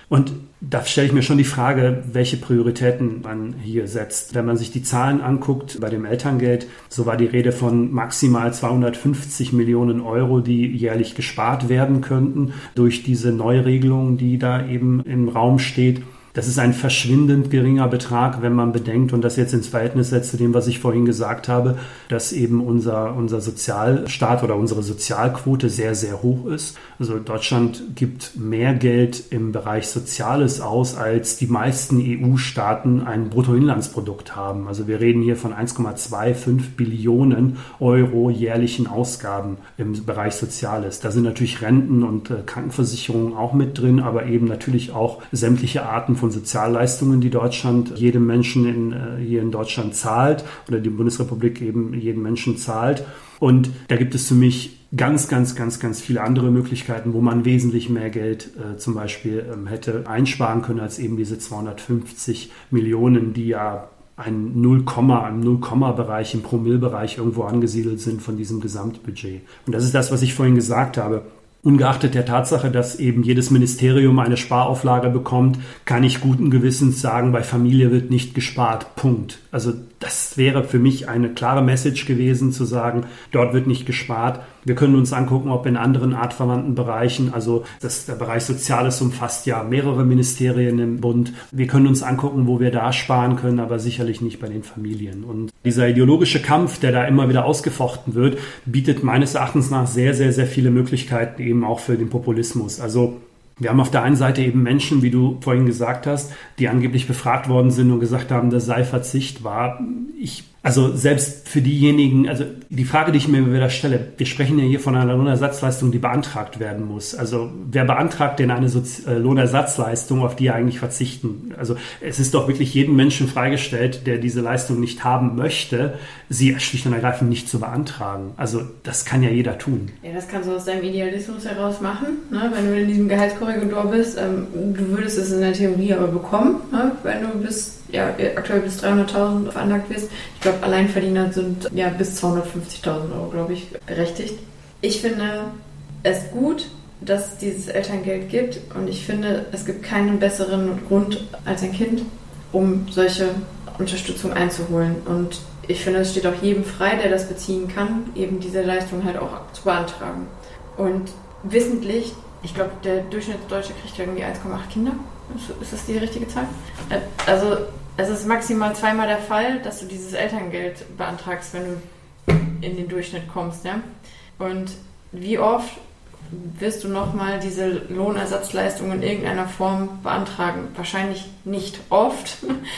Und da stelle ich mir schon die Frage, welche Prioritäten man hier setzt. Wenn man sich die Zahlen anguckt bei dem Elterngeld, so war die Rede von maximal zweihundertfünfzig Millionen Euro, die jährlich gespart werden könnten durch diese Neuregelung, die da eben im Raum steht. Das ist ein verschwindend geringer Betrag, wenn man bedenkt und das jetzt ins Verhältnis setzt zu dem, was ich vorhin gesagt habe, dass eben unser, unser Sozialstaat oder unsere Sozialquote sehr, sehr hoch ist. Also Deutschland gibt mehr Geld im Bereich Soziales aus, als die meisten E U-Staaten ein Bruttoinlandsprodukt haben. Also wir reden hier von eins Komma fünfundzwanzig Billionen Euro jährlichen Ausgaben im Bereich Soziales. Da sind natürlich Renten und äh, Krankenversicherungen auch mit drin, aber eben natürlich auch sämtliche Arten von von Sozialleistungen, die Deutschland jedem Menschen in, äh, hier in Deutschland zahlt oder die Bundesrepublik eben jedem Menschen zahlt. Und da gibt es für mich ganz, ganz, ganz, ganz viele andere Möglichkeiten, wo man wesentlich mehr Geld äh, zum Beispiel ähm, hätte einsparen können als eben diese zweihundertfünfzig Millionen, die ja ein null, im Null-Komma-Bereich, im Promille-Bereich irgendwo angesiedelt sind von diesem Gesamtbudget. Und das ist das, was ich vorhin gesagt habe. Ungeachtet der Tatsache, dass eben jedes Ministerium eine Sparauflage bekommt, kann ich guten Gewissens sagen, bei Familie wird nicht gespart. Punkt. Also das wäre für mich eine klare Message gewesen, zu sagen, dort wird nicht gespart. Wir können uns angucken, ob in anderen artverwandten Bereichen, also das, der Bereich Soziales umfasst ja mehrere Ministerien im Bund. Wir können uns angucken, wo wir da sparen können, aber sicherlich nicht bei den Familien. Und dieser ideologische Kampf, der da immer wieder ausgefochten wird, bietet meines Erachtens nach sehr, sehr, sehr viele Möglichkeiten eben auch für den Populismus. Also wir haben auf der einen Seite eben Menschen, wie du vorhin gesagt hast, die angeblich befragt worden sind und gesagt haben, das sei verzichtbar. Ich, also selbst für diejenigen, also die Frage, die ich mir wieder stelle, wir sprechen ja hier von einer Lohnersatzleistung, die beantragt werden muss. Also wer beantragt denn eine Sozi- äh, Lohnersatzleistung, auf die er eigentlich verzichten? Also es ist doch wirklich jedem Menschen freigestellt, der diese Leistung nicht haben möchte, sie schlicht und ergreifend nicht zu beantragen. Also das kann ja jeder tun. Ja, das kannst du aus deinem Idealismus heraus machen, ne? Wenn du in diesem Gehaltskorridor bist. Ähm, du würdest es in der Theorie aber bekommen, ne? Wenn du bis, ja, aktuell bis dreihunderttausend veranlagt wirst. Ich glaube, Alleinverdiener sind ja bis zweihundertfünfzigtausend Euro, glaube ich, berechtigt. Ich finde es gut, dass es dieses Elterngeld gibt und ich finde, es gibt keinen besseren Grund als ein Kind, um solche Unterstützung einzuholen. Und ich finde, es steht auch jedem frei, der das beziehen kann, eben diese Leistung halt auch zu beantragen. Und wissentlich, ich glaube, der Durchschnittsdeutsche kriegt ja irgendwie eins Komma acht Kinder. Ist das die richtige Zahl? Also es ist maximal zweimal der Fall, dass du dieses Elterngeld beantragst, wenn du in den Durchschnitt kommst. Ja? Und wie oft wirst du nochmal diese Lohnersatzleistung in irgendeiner Form beantragen? Wahrscheinlich nicht oft.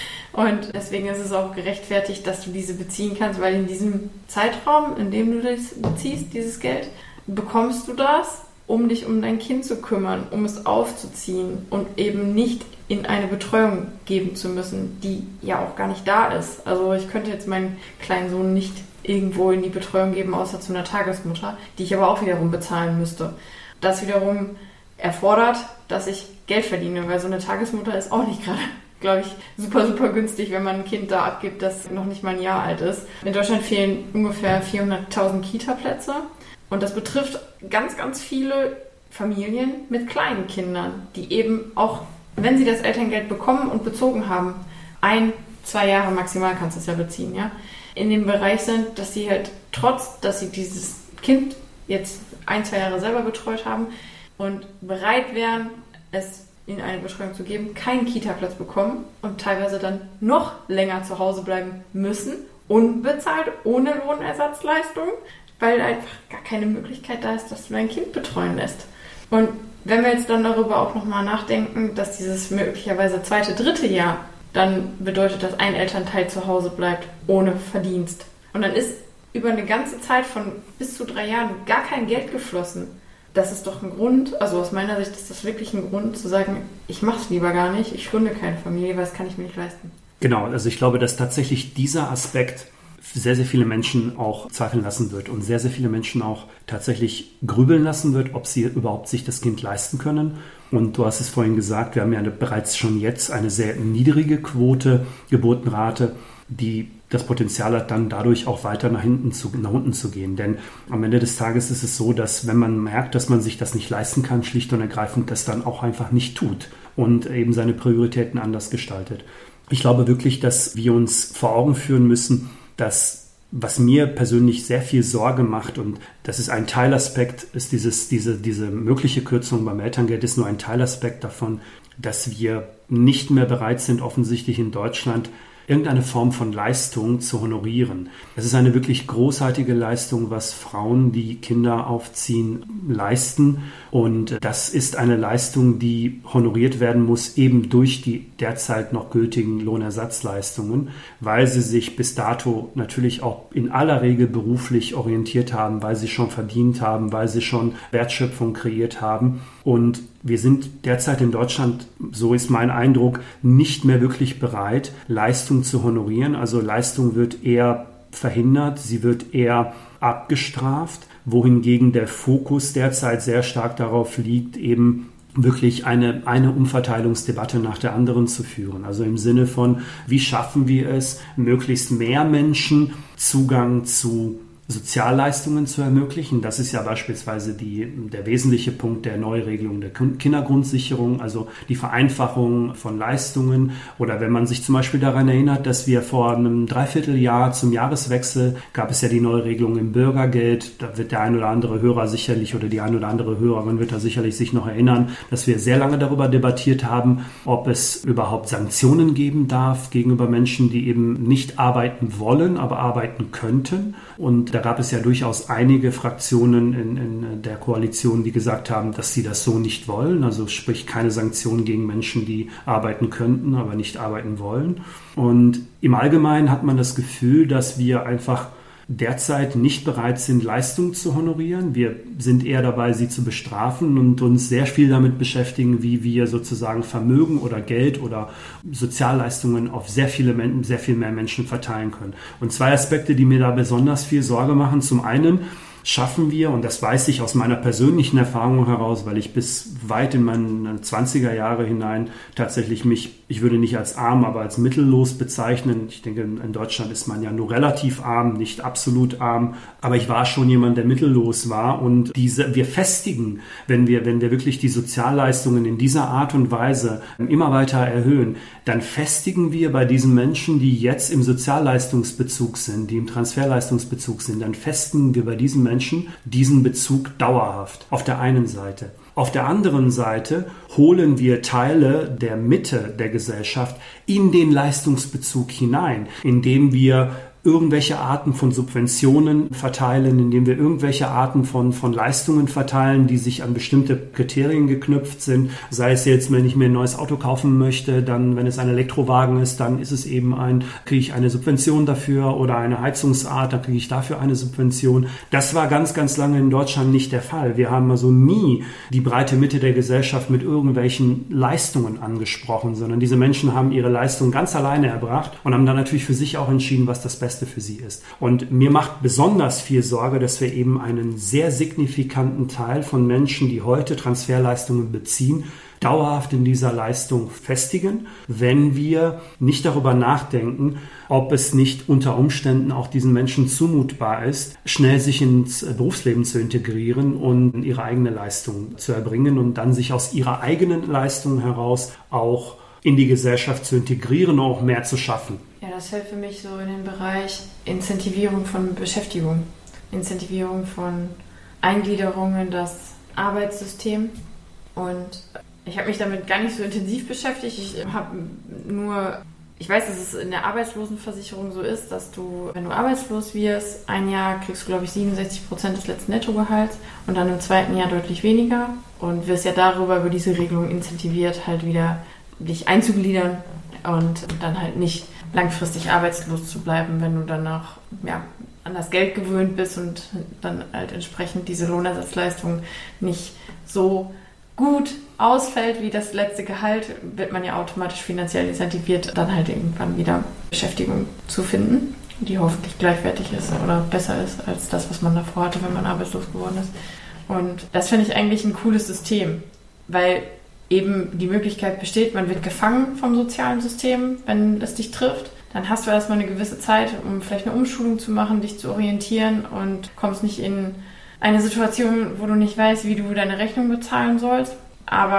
Und deswegen ist es auch gerechtfertigt, dass du diese beziehen kannst, weil in diesem Zeitraum, in dem du das beziehst, dieses Geld, bekommst du das, um dich um dein Kind zu kümmern, um es aufzuziehen und eben nicht in eine Betreuung geben zu müssen, die ja auch gar nicht da ist. Also ich könnte jetzt meinen kleinen Sohn nicht irgendwo in die Betreuung geben, außer zu einer Tagesmutter, die ich aber auch wiederum bezahlen müsste. Das wiederum erfordert, dass ich Geld verdiene, weil so eine Tagesmutter ist auch nicht gerade, glaube ich, super, super günstig, wenn man ein Kind da abgibt, das noch nicht mal ein Jahr alt ist. In Deutschland fehlen ungefähr vierhunderttausend Kita-Plätze und das betrifft ganz, ganz viele Familien mit kleinen Kindern, die eben auch, wenn sie das Elterngeld bekommen und bezogen haben, ein, zwei Jahre maximal kannst du es ja beziehen, ja, in dem Bereich sind, dass sie halt trotz, dass sie dieses Kind jetzt ein, zwei Jahre selber betreut haben und bereit wären, es in eine Betreuung zu geben, keinen Kita-Platz bekommen und teilweise dann noch länger zu Hause bleiben müssen, unbezahlt, ohne Lohnersatzleistung, weil einfach gar keine Möglichkeit da ist, dass du dein Kind betreuen lässt. Und wenn wir jetzt dann darüber auch nochmal nachdenken, dass dieses möglicherweise zweite, dritte Jahr, dann bedeutet das, ein Elternteil zu Hause bleibt ohne Verdienst. Und dann ist über eine ganze Zeit von bis zu drei Jahren gar kein Geld geflossen. Das ist doch ein Grund, also aus meiner Sicht ist das wirklich ein Grund zu sagen, ich mache es lieber gar nicht, ich gründe keine Familie, weil das kann ich mir nicht leisten. Genau, also ich glaube, dass tatsächlich dieser Aspekt sehr, sehr viele Menschen auch zweifeln lassen wird und sehr, sehr viele Menschen auch tatsächlich grübeln lassen wird, ob sie überhaupt sich das Kind leisten können. Und du hast es vorhin gesagt, wir haben ja bereits schon jetzt eine sehr niedrige Quote, Geburtenrate, die das Potenzial hat, dann dadurch auch weiter nach hinten zu, nach unten zu gehen. Denn am Ende des Tages ist es so, dass wenn man merkt, dass man sich das nicht leisten kann, schlicht und ergreifend das dann auch einfach nicht tut. und eben seine Prioritäten anders gestaltet. Ich glaube wirklich, dass wir uns vor Augen führen müssen, dass, was mir persönlich sehr viel Sorge macht, und das ist ein Teilaspekt, ist dieses, diese, diese mögliche Kürzung beim Elterngeld ist nur ein Teilaspekt davon, dass wir nicht mehr bereit sind, offensichtlich in Deutschland irgendeine Form von Leistung zu honorieren. Es ist eine wirklich großartige Leistung, was Frauen, die Kinder aufziehen, leisten. Und das ist eine Leistung, die honoriert werden muss, eben durch die derzeit noch gültigen Lohnersatzleistungen, weil sie sich bis dato natürlich auch in aller Regel beruflich orientiert haben, weil sie schon verdient haben, weil sie schon Wertschöpfung kreiert haben. Und wir sind derzeit in Deutschland, so ist mein Eindruck, nicht mehr wirklich bereit, Leistung zu honorieren. Also Leistung wird eher verhindert, sie wird eher abgestraft, wohingegen der Fokus derzeit sehr stark darauf liegt, eben wirklich eine, eine Umverteilungsdebatte nach der anderen zu führen. Also im Sinne von, wie schaffen wir es, möglichst mehr Menschen Zugang zu Sozialleistungen zu ermöglichen. Das ist ja beispielsweise die, der wesentliche Punkt der Neuregelung der Kindergrundsicherung, also die Vereinfachung von Leistungen. Oder wenn man sich zum Beispiel daran erinnert, dass wir vor einem Dreivierteljahr zum Jahreswechsel gab es ja die Neuregelung im Bürgergeld. Da wird der ein oder andere Hörer sicherlich oder die ein oder andere Hörerin wird da sicherlich sich noch erinnern, dass wir sehr lange darüber debattiert haben, ob es überhaupt Sanktionen geben darf gegenüber Menschen, die eben nicht arbeiten wollen, aber arbeiten könnten. Und da gab es ja durchaus einige Fraktionen in, in der Koalition, die gesagt haben, dass sie das so nicht wollen. Also sprich keine Sanktionen gegen Menschen, die arbeiten könnten, aber nicht arbeiten wollen. Und im Allgemeinen hat man das Gefühl, dass wir einfach derzeit nicht bereit sind, Leistung zu honorieren. Wir sind eher dabei, sie zu bestrafen und uns sehr viel damit beschäftigen, wie wir sozusagen Vermögen oder Geld oder Sozialleistungen auf sehr viele Menschen, sehr viel mehr Menschen verteilen können. Und zwei Aspekte, die mir da besonders viel Sorge machen. Zum einen schaffen wir, und das weiß ich aus meiner persönlichen Erfahrung heraus, weil ich bis weit in meine zwanziger Jahre hinein tatsächlich mich, ich würde nicht als arm, aber als mittellos bezeichnen. Ich denke, in Deutschland ist man ja nur relativ arm, nicht absolut arm, aber ich war schon jemand, der mittellos war, und diese, wir festigen, wenn wir, wenn wir wirklich die Sozialleistungen in dieser Art und Weise immer weiter erhöhen, dann festigen wir bei diesen Menschen, die jetzt im Sozialleistungsbezug sind, die im Transferleistungsbezug sind, dann festigen wir bei diesen Menschen diesen Bezug dauerhaft auf der einen Seite. Auf der anderen Seite holen wir Teile der Mitte der Gesellschaft in den Leistungsbezug hinein, indem wir irgendwelche Arten von Subventionen verteilen, indem wir irgendwelche Arten von, von Leistungen verteilen, die sich an bestimmte Kriterien geknüpft sind. Sei es jetzt, wenn ich mir ein neues Auto kaufen möchte, dann, wenn es ein Elektrowagen ist, dann ist es eben ein, kriege ich eine Subvention dafür, oder eine Heizungsart, dann kriege ich dafür eine Subvention. Das war ganz, ganz lange in Deutschland nicht der Fall. Wir haben also nie die breite Mitte der Gesellschaft mit irgendwelchen Leistungen angesprochen, sondern diese Menschen haben ihre Leistung ganz alleine erbracht und haben dann natürlich für sich auch entschieden, was das Beste für sie ist. Und mir macht besonders viel Sorge, dass wir eben einen sehr signifikanten Teil von Menschen, die heute Transferleistungen beziehen, dauerhaft in dieser Leistung festigen, wenn wir nicht darüber nachdenken, ob es nicht unter Umständen auch diesen Menschen zumutbar ist, schnell sich ins Berufsleben zu integrieren und ihre eigene Leistung zu erbringen und dann sich aus ihrer eigenen Leistung heraus auch in die Gesellschaft zu integrieren und auch mehr zu schaffen. Ja, das fällt für mich so in den Bereich Incentivierung von Beschäftigung, Incentivierung von Eingliederung in das Arbeitssystem. Und ich habe mich damit gar nicht so intensiv beschäftigt. Ich habe nur, ich weiß, dass es in der Arbeitslosenversicherung so ist, dass du, wenn du arbeitslos wirst, ein Jahr kriegst du, glaube ich, siebenundsechzig Prozent des letzten Nettogehalts und dann im zweiten Jahr deutlich weniger und wirst ja darüber, über diese Regelung incentiviert, halt wieder dich einzugliedern und dann halt nicht langfristig arbeitslos zu bleiben, wenn du dann auch ja, an das Geld gewöhnt bist und dann halt entsprechend diese Lohnersatzleistung nicht so gut ausfällt wie das letzte Gehalt, wird man ja automatisch finanziell incentiviert, dann halt irgendwann wieder Beschäftigung zu finden, die hoffentlich gleichwertig ist oder besser ist als das, was man davor hatte, wenn man arbeitslos geworden ist. Und das finde ich eigentlich ein cooles System, weil eben die Möglichkeit besteht, man wird gefangen vom sozialen System, wenn es dich trifft. Dann hast du erstmal eine gewisse Zeit, um vielleicht eine Umschulung zu machen, dich zu orientieren und kommst nicht in eine Situation, wo du nicht weißt, wie du deine Rechnung bezahlen sollst. Aber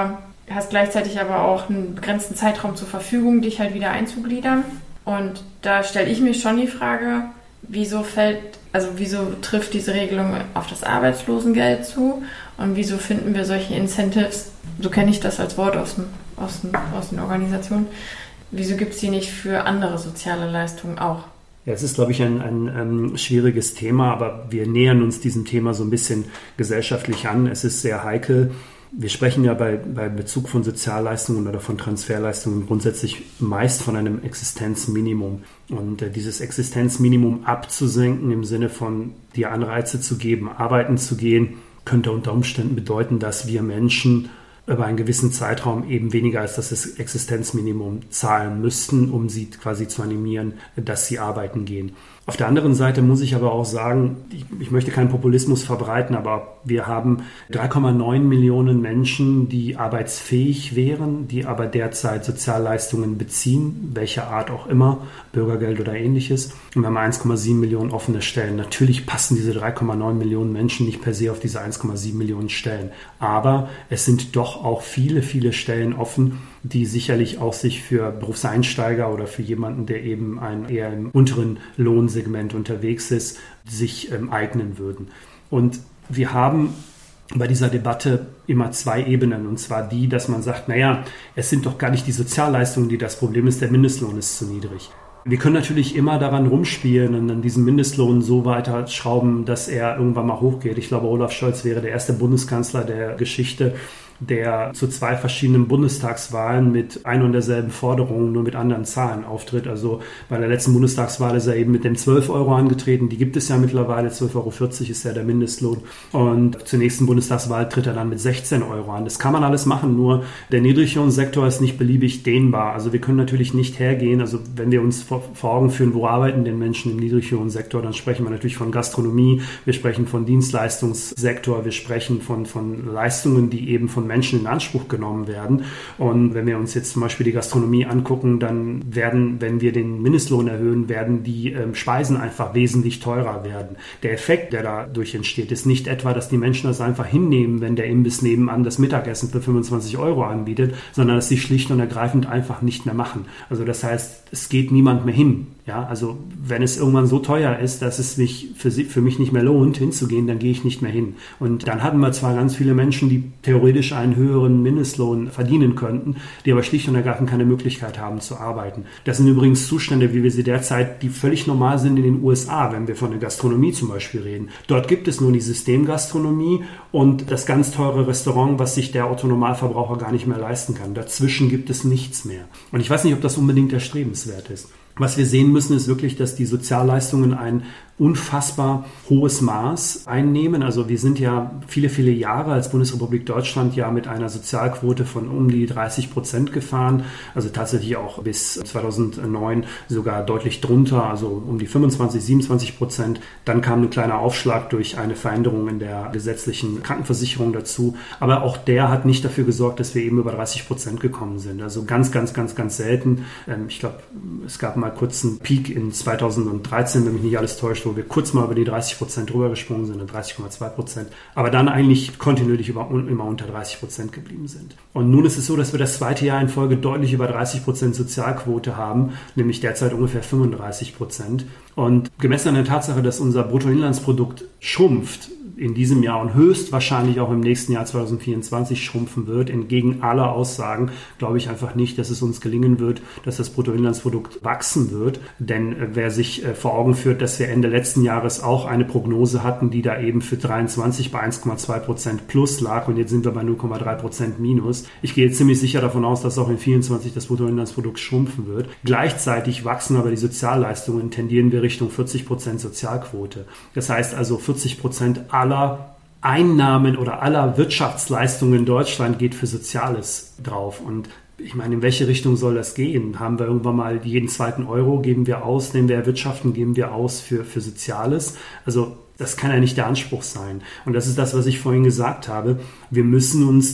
hast gleichzeitig aber auch einen begrenzten Zeitraum zur Verfügung, dich halt wieder einzugliedern. Und da stelle ich mir schon die Frage, wieso fällt, also wieso trifft diese Regelung auf das Arbeitslosengeld zu und wieso finden wir solche Incentives, so kenne ich das als Wort aus, dem, aus, dem, aus den Organisationen, wieso gibt es die nicht für andere soziale Leistungen auch? Ja, es ist, glaube ich, ein, ein, ein schwieriges Thema, aber wir nähern uns diesem Thema so ein bisschen gesellschaftlich an. Es ist sehr heikel. Wir sprechen ja bei, bei Bezug von Sozialleistungen oder von Transferleistungen grundsätzlich meist von einem Existenzminimum. Und äh, dieses Existenzminimum abzusenken im Sinne von dir Anreize zu geben, arbeiten zu gehen, könnte unter Umständen bedeuten, dass wir Menschen über einen gewissen Zeitraum eben weniger als das Existenzminimum zahlen müssten, um sie quasi zu animieren, dass sie arbeiten gehen. Auf der anderen Seite muss ich aber auch sagen, ich, ich möchte keinen Populismus verbreiten, aber wir haben drei Komma neun Millionen Menschen, die arbeitsfähig wären, die aber derzeit Sozialleistungen beziehen, welcher Art auch immer, Bürgergeld oder ähnliches. Und wir haben eins Komma sieben Millionen offene Stellen. Natürlich passen diese drei Komma neun Millionen Menschen nicht per se auf diese eins Komma sieben Millionen Stellen. Aber es sind doch auch viele, viele Stellen offen, die sicherlich auch sich für Berufseinsteiger oder für jemanden, der eben ein eher im unteren Lohnsegment unterwegs ist, sich ähm, eignen würden. Und wir haben bei dieser Debatte immer zwei Ebenen, und zwar die, dass man sagt, naja, es sind doch gar nicht die Sozialleistungen, die das Problem ist, der Mindestlohn ist zu niedrig. Wir können natürlich immer daran rumspielen und an diesem Mindestlohn so weiter schrauben, dass er irgendwann mal hochgeht. Ich glaube, Olaf Scholz wäre der erste Bundeskanzler der Geschichte, der zu zwei verschiedenen Bundestagswahlen mit ein und derselben Forderung, nur mit anderen Zahlen auftritt. Also bei der letzten Bundestagswahl ist er eben mit dem zwölf Euro angetreten. Die gibt es ja mittlerweile. zwölf Euro vierzig ist ja der Mindestlohn. Und zur nächsten Bundestagswahl tritt er dann mit sechzehn Euro an. Das kann man alles machen, nur der Niedriglohnsektor ist nicht beliebig dehnbar. Also wir können natürlich nicht hergehen. Also wenn wir uns vor, vor Augen führen, wo arbeiten denn Menschen im Niedriglohnsektor, dann sprechen wir natürlich von Gastronomie, wir sprechen von Dienstleistungssektor, wir sprechen von, von Leistungen, die eben von Menschen in Anspruch genommen werden. Und wenn wir uns jetzt zum Beispiel die Gastronomie angucken, dann werden, wenn wir den Mindestlohn erhöhen, werden die ähm, Speisen einfach wesentlich teurer werden. Der Effekt, der dadurch entsteht, ist nicht etwa, dass die Menschen das einfach hinnehmen, wenn der Imbiss nebenan das Mittagessen für fünfundzwanzig Euro anbietet, sondern dass sie schlicht und ergreifend einfach nicht mehr machen. Also das heißt, es geht niemand mehr hin. Ja, also wenn es irgendwann so teuer ist, dass es mich für, sie, für mich nicht mehr lohnt, hinzugehen, dann gehe ich nicht mehr hin. Und dann hatten wir zwar ganz viele Menschen, die theoretisch einen höheren Mindestlohn verdienen könnten, die aber schlicht und ergreifend keine Möglichkeit haben zu arbeiten. Das sind übrigens Zustände, wie wir sie derzeit, die völlig normal sind in den U S A, wenn wir von der Gastronomie zum Beispiel reden. Dort gibt es nur die Systemgastronomie und das ganz teure Restaurant, was sich der Otto-Normalverbraucher gar nicht mehr leisten kann. Dazwischen gibt es nichts mehr. Und ich weiß nicht, ob das unbedingt erstrebenswert ist. Was wir sehen müssen, ist wirklich, dass die Sozialleistungen ein unfassbar hohes Maß einnehmen. Also wir sind ja viele, viele Jahre als Bundesrepublik Deutschland ja mit einer Sozialquote von um die dreißig Prozent gefahren. Also tatsächlich auch bis zweitausendneun sogar deutlich drunter, also um die fünfundzwanzig, siebenundzwanzig Prozent. Dann kam ein kleiner Aufschlag durch eine Veränderung in der gesetzlichen Krankenversicherung dazu. Aber auch der hat nicht dafür gesorgt, dass wir eben über dreißig Prozent gekommen sind. Also ganz, ganz, ganz, ganz selten. Ich glaube, es gab mal kurz einen Peak in zweitausenddreizehn, wenn mich nicht alles täuscht, wo wir kurz mal über die dreißig Prozent drüber gesprungen sind, dreißig Komma zwei Prozent, aber dann eigentlich kontinuierlich über, immer unter dreißig Prozent geblieben sind. Und nun ist es so, dass wir das zweite Jahr in Folge deutlich über dreißig Prozent Sozialquote haben, nämlich derzeit ungefähr fünfunddreißig Prozent. Und gemessen an der Tatsache, dass unser Bruttoinlandsprodukt schrumpft, in diesem Jahr und höchstwahrscheinlich auch im nächsten Jahr zweitausendvierundzwanzig schrumpfen wird. Entgegen aller Aussagen glaube ich einfach nicht, dass es uns gelingen wird, dass das Bruttoinlandsprodukt wachsen wird. Denn äh, wer sich äh, vor Augen führt, dass wir Ende letzten Jahres auch eine Prognose hatten, die da eben für dreiundzwanzig bei eins Komma zwei Prozent plus lag und jetzt sind wir bei null Komma drei Prozent minus. Ich gehe ziemlich sicher davon aus, dass auch in vierundzwanzig das Bruttoinlandsprodukt schrumpfen wird. Gleichzeitig wachsen aber die Sozialleistungen, tendieren wir Richtung vierzig Prozent Sozialquote. Das heißt also vierzig Prozent aller aller Einnahmen oder aller Wirtschaftsleistungen in Deutschland geht für Soziales drauf. Und ich meine, in welche Richtung soll das gehen? Haben wir irgendwann mal jeden zweiten Euro, geben wir aus, den wir erwirtschaften, geben wir aus für, für Soziales? Also das kann ja nicht der Anspruch sein. Und das ist das, was ich vorhin gesagt habe. Wir müssen uns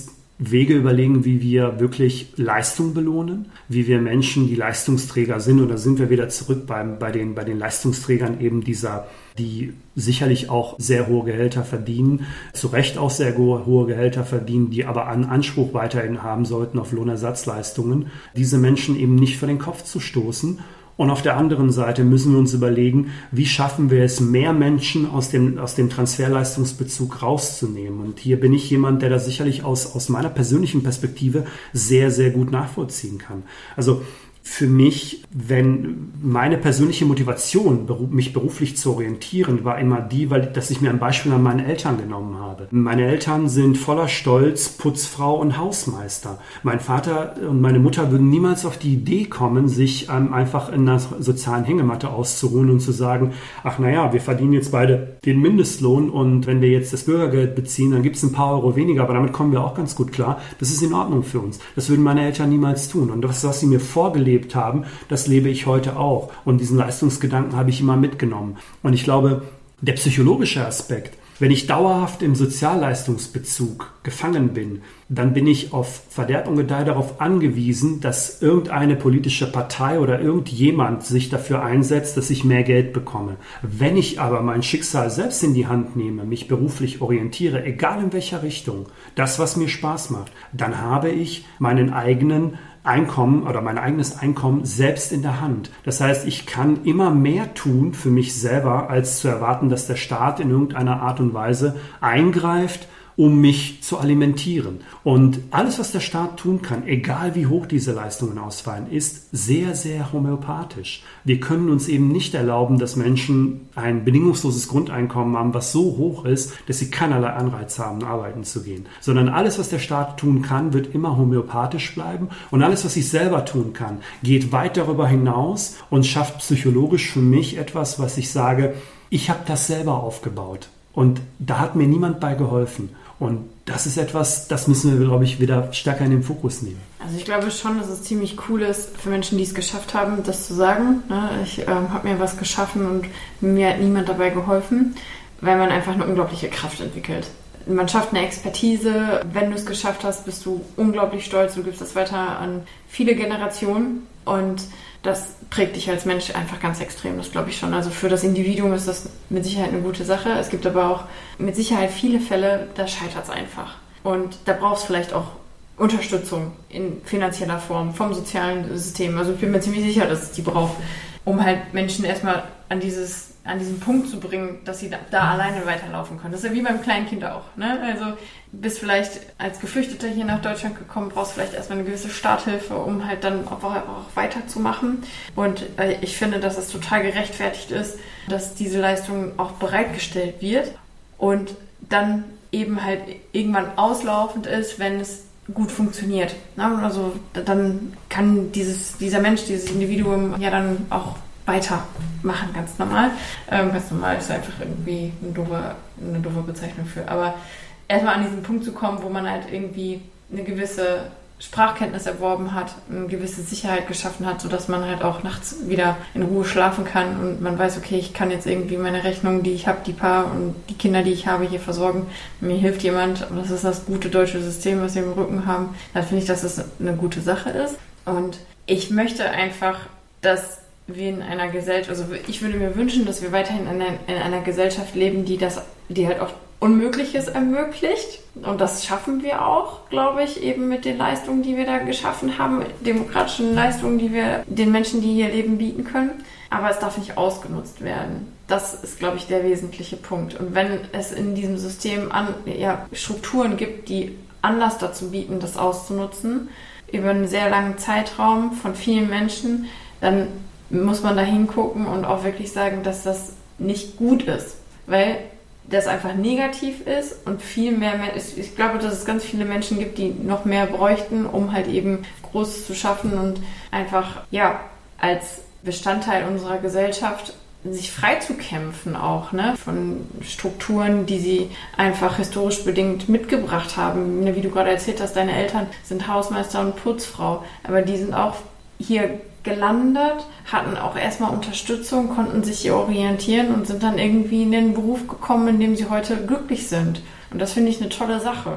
Wege überlegen, wie wir wirklich Leistung belohnen, wie wir Menschen, die Leistungsträger sind, und da sind wir wieder zurück beim, bei, den, bei den Leistungsträgern eben dieser, die sicherlich auch sehr hohe Gehälter verdienen, zu Recht auch sehr hohe, hohe Gehälter verdienen, die aber einen Anspruch weiterhin haben sollten auf Lohnersatzleistungen, diese Menschen eben nicht vor den Kopf zu stoßen. Und auf der anderen Seite müssen wir uns überlegen, wie schaffen wir es, mehr Menschen aus dem, aus dem Transferleistungsbezug rauszunehmen. Und hier bin ich jemand, der das sicherlich aus, aus meiner persönlichen Perspektive sehr, sehr gut nachvollziehen kann. Also für mich, wenn meine persönliche Motivation, mich beruflich zu orientieren, war immer die, weil, dass ich mir ein Beispiel an meinen Eltern genommen habe. Meine Eltern sind voller Stolz Putzfrau und Hausmeister. Mein Vater und meine Mutter würden niemals auf die Idee kommen, sich ähm, einfach in einer sozialen Hängematte auszuruhen und zu sagen, ach naja, wir verdienen jetzt beide den Mindestlohn und wenn wir jetzt das Bürgergeld beziehen, dann gibt es ein paar Euro weniger, aber damit kommen wir auch ganz gut klar. Das ist in Ordnung für uns. Das würden meine Eltern niemals tun. Und das, was sie mir vorgelegt haben, das lebe ich heute auch. Und diesen Leistungsgedanken habe ich immer mitgenommen. Und ich glaube, der psychologische Aspekt, wenn ich dauerhaft im Sozialleistungsbezug gefangen bin, dann bin ich auf Verderb und Gedeih darauf angewiesen, dass irgendeine politische Partei oder irgendjemand sich dafür einsetzt, dass ich mehr Geld bekomme. Wenn ich aber mein Schicksal selbst in die Hand nehme, mich beruflich orientiere, egal in welcher Richtung, das, was mir Spaß macht, dann habe ich meinen eigenen Einkommen oder mein eigenes Einkommen selbst in der Hand. Das heißt, ich kann immer mehr tun für mich selber, als zu erwarten, dass der Staat in irgendeiner Art und Weise eingreift, um mich zu alimentieren. Und alles, was der Staat tun kann, egal wie hoch diese Leistungen ausfallen, ist sehr, sehr homöopathisch. Wir können uns eben nicht erlauben, dass Menschen ein bedingungsloses Grundeinkommen haben, was so hoch ist, dass sie keinerlei Anreiz haben, arbeiten zu gehen. Sondern alles, was der Staat tun kann, wird immer homöopathisch bleiben. Und alles, was ich selber tun kann, geht weit darüber hinaus und schafft psychologisch für mich etwas, was ich sage, ich habe das selber aufgebaut. Und da hat mir niemand bei geholfen. Und das ist etwas, das müssen wir, glaube ich, wieder stärker in den Fokus nehmen. Also ich glaube schon, dass es ziemlich cool ist für Menschen, die es geschafft haben, das zu sagen. Ich ähm, habe mir was geschaffen und mir hat niemand dabei geholfen, weil man einfach eine unglaubliche Kraft entwickelt. Man schafft eine Expertise. Wenn du es geschafft hast, bist du unglaublich stolz. Du gibst das weiter an viele Generationen und das prägt dich als Mensch einfach ganz extrem, das glaube ich schon. Also für das Individuum ist das mit Sicherheit eine gute Sache. Es gibt aber auch mit Sicherheit viele Fälle, da scheitert es einfach. Und da brauchst du vielleicht auch Unterstützung in finanzieller Form vom sozialen System. Also ich bin mir ziemlich sicher, dass es die braucht, um halt Menschen erstmal an dieses an diesen Punkt zu bringen, dass sie da, da alleine weiterlaufen können. Das ist ja wie beim Kleinkind auch. Ne? Also bist vielleicht als Geflüchteter hier nach Deutschland gekommen, brauchst vielleicht erstmal eine gewisse Starthilfe, um halt dann auch, auch weiterzumachen. Und äh, ich finde, dass es total gerechtfertigt ist, dass diese Leistung auch bereitgestellt wird und dann eben halt irgendwann auslaufend ist, wenn es gut funktioniert. Ne? Also dann kann dieses, dieser Mensch, dieses Individuum ja dann auch weitermachen, ganz normal. Ähm, ganz normal ist einfach irgendwie eine doofe, eine doofe Bezeichnung für. Aber erstmal an diesen Punkt zu kommen, wo man halt irgendwie eine gewisse Sprachkenntnis erworben hat, eine gewisse Sicherheit geschaffen hat, sodass man halt auch nachts wieder in Ruhe schlafen kann und man weiß, okay, ich kann jetzt irgendwie meine Rechnungen, die ich habe, die paar und die Kinder, die ich habe, hier versorgen. Mir hilft jemand und das ist das gute deutsche System, was wir im Rücken haben. Dann finde ich, dass das eine gute Sache ist. Und ich möchte einfach, dass wir in einer Gesellschaft, also ich würde mir wünschen, dass wir weiterhin in einer, in einer Gesellschaft leben, die das, die halt auch Unmögliches ermöglicht. Und das schaffen wir auch, glaube ich, eben mit den Leistungen, die wir da geschaffen haben, demokratischen Leistungen, die wir den Menschen, die hier leben, bieten können. Aber es darf nicht ausgenutzt werden. Das ist, glaube ich, der wesentliche Punkt. Und wenn es in diesem System an, ja, Strukturen gibt, die Anlass dazu bieten, das auszunutzen, über einen sehr langen Zeitraum von vielen Menschen, dann muss man da hingucken und auch wirklich sagen, dass das nicht gut ist, weil das einfach negativ ist und viel mehr, ich glaube, dass es ganz viele Menschen gibt, die noch mehr bräuchten, um halt eben Großes zu schaffen und einfach, ja, als Bestandteil unserer Gesellschaft sich frei zu kämpfen auch, ne, von Strukturen, die sie einfach historisch bedingt mitgebracht haben. Wie du gerade erzählt hast, deine Eltern sind Hausmeister und Putzfrau, aber die sind auch hier gelandet, hatten auch erstmal Unterstützung, konnten sich hier orientieren und sind dann irgendwie in den Beruf gekommen, in dem sie heute glücklich sind. Und das finde ich eine tolle Sache.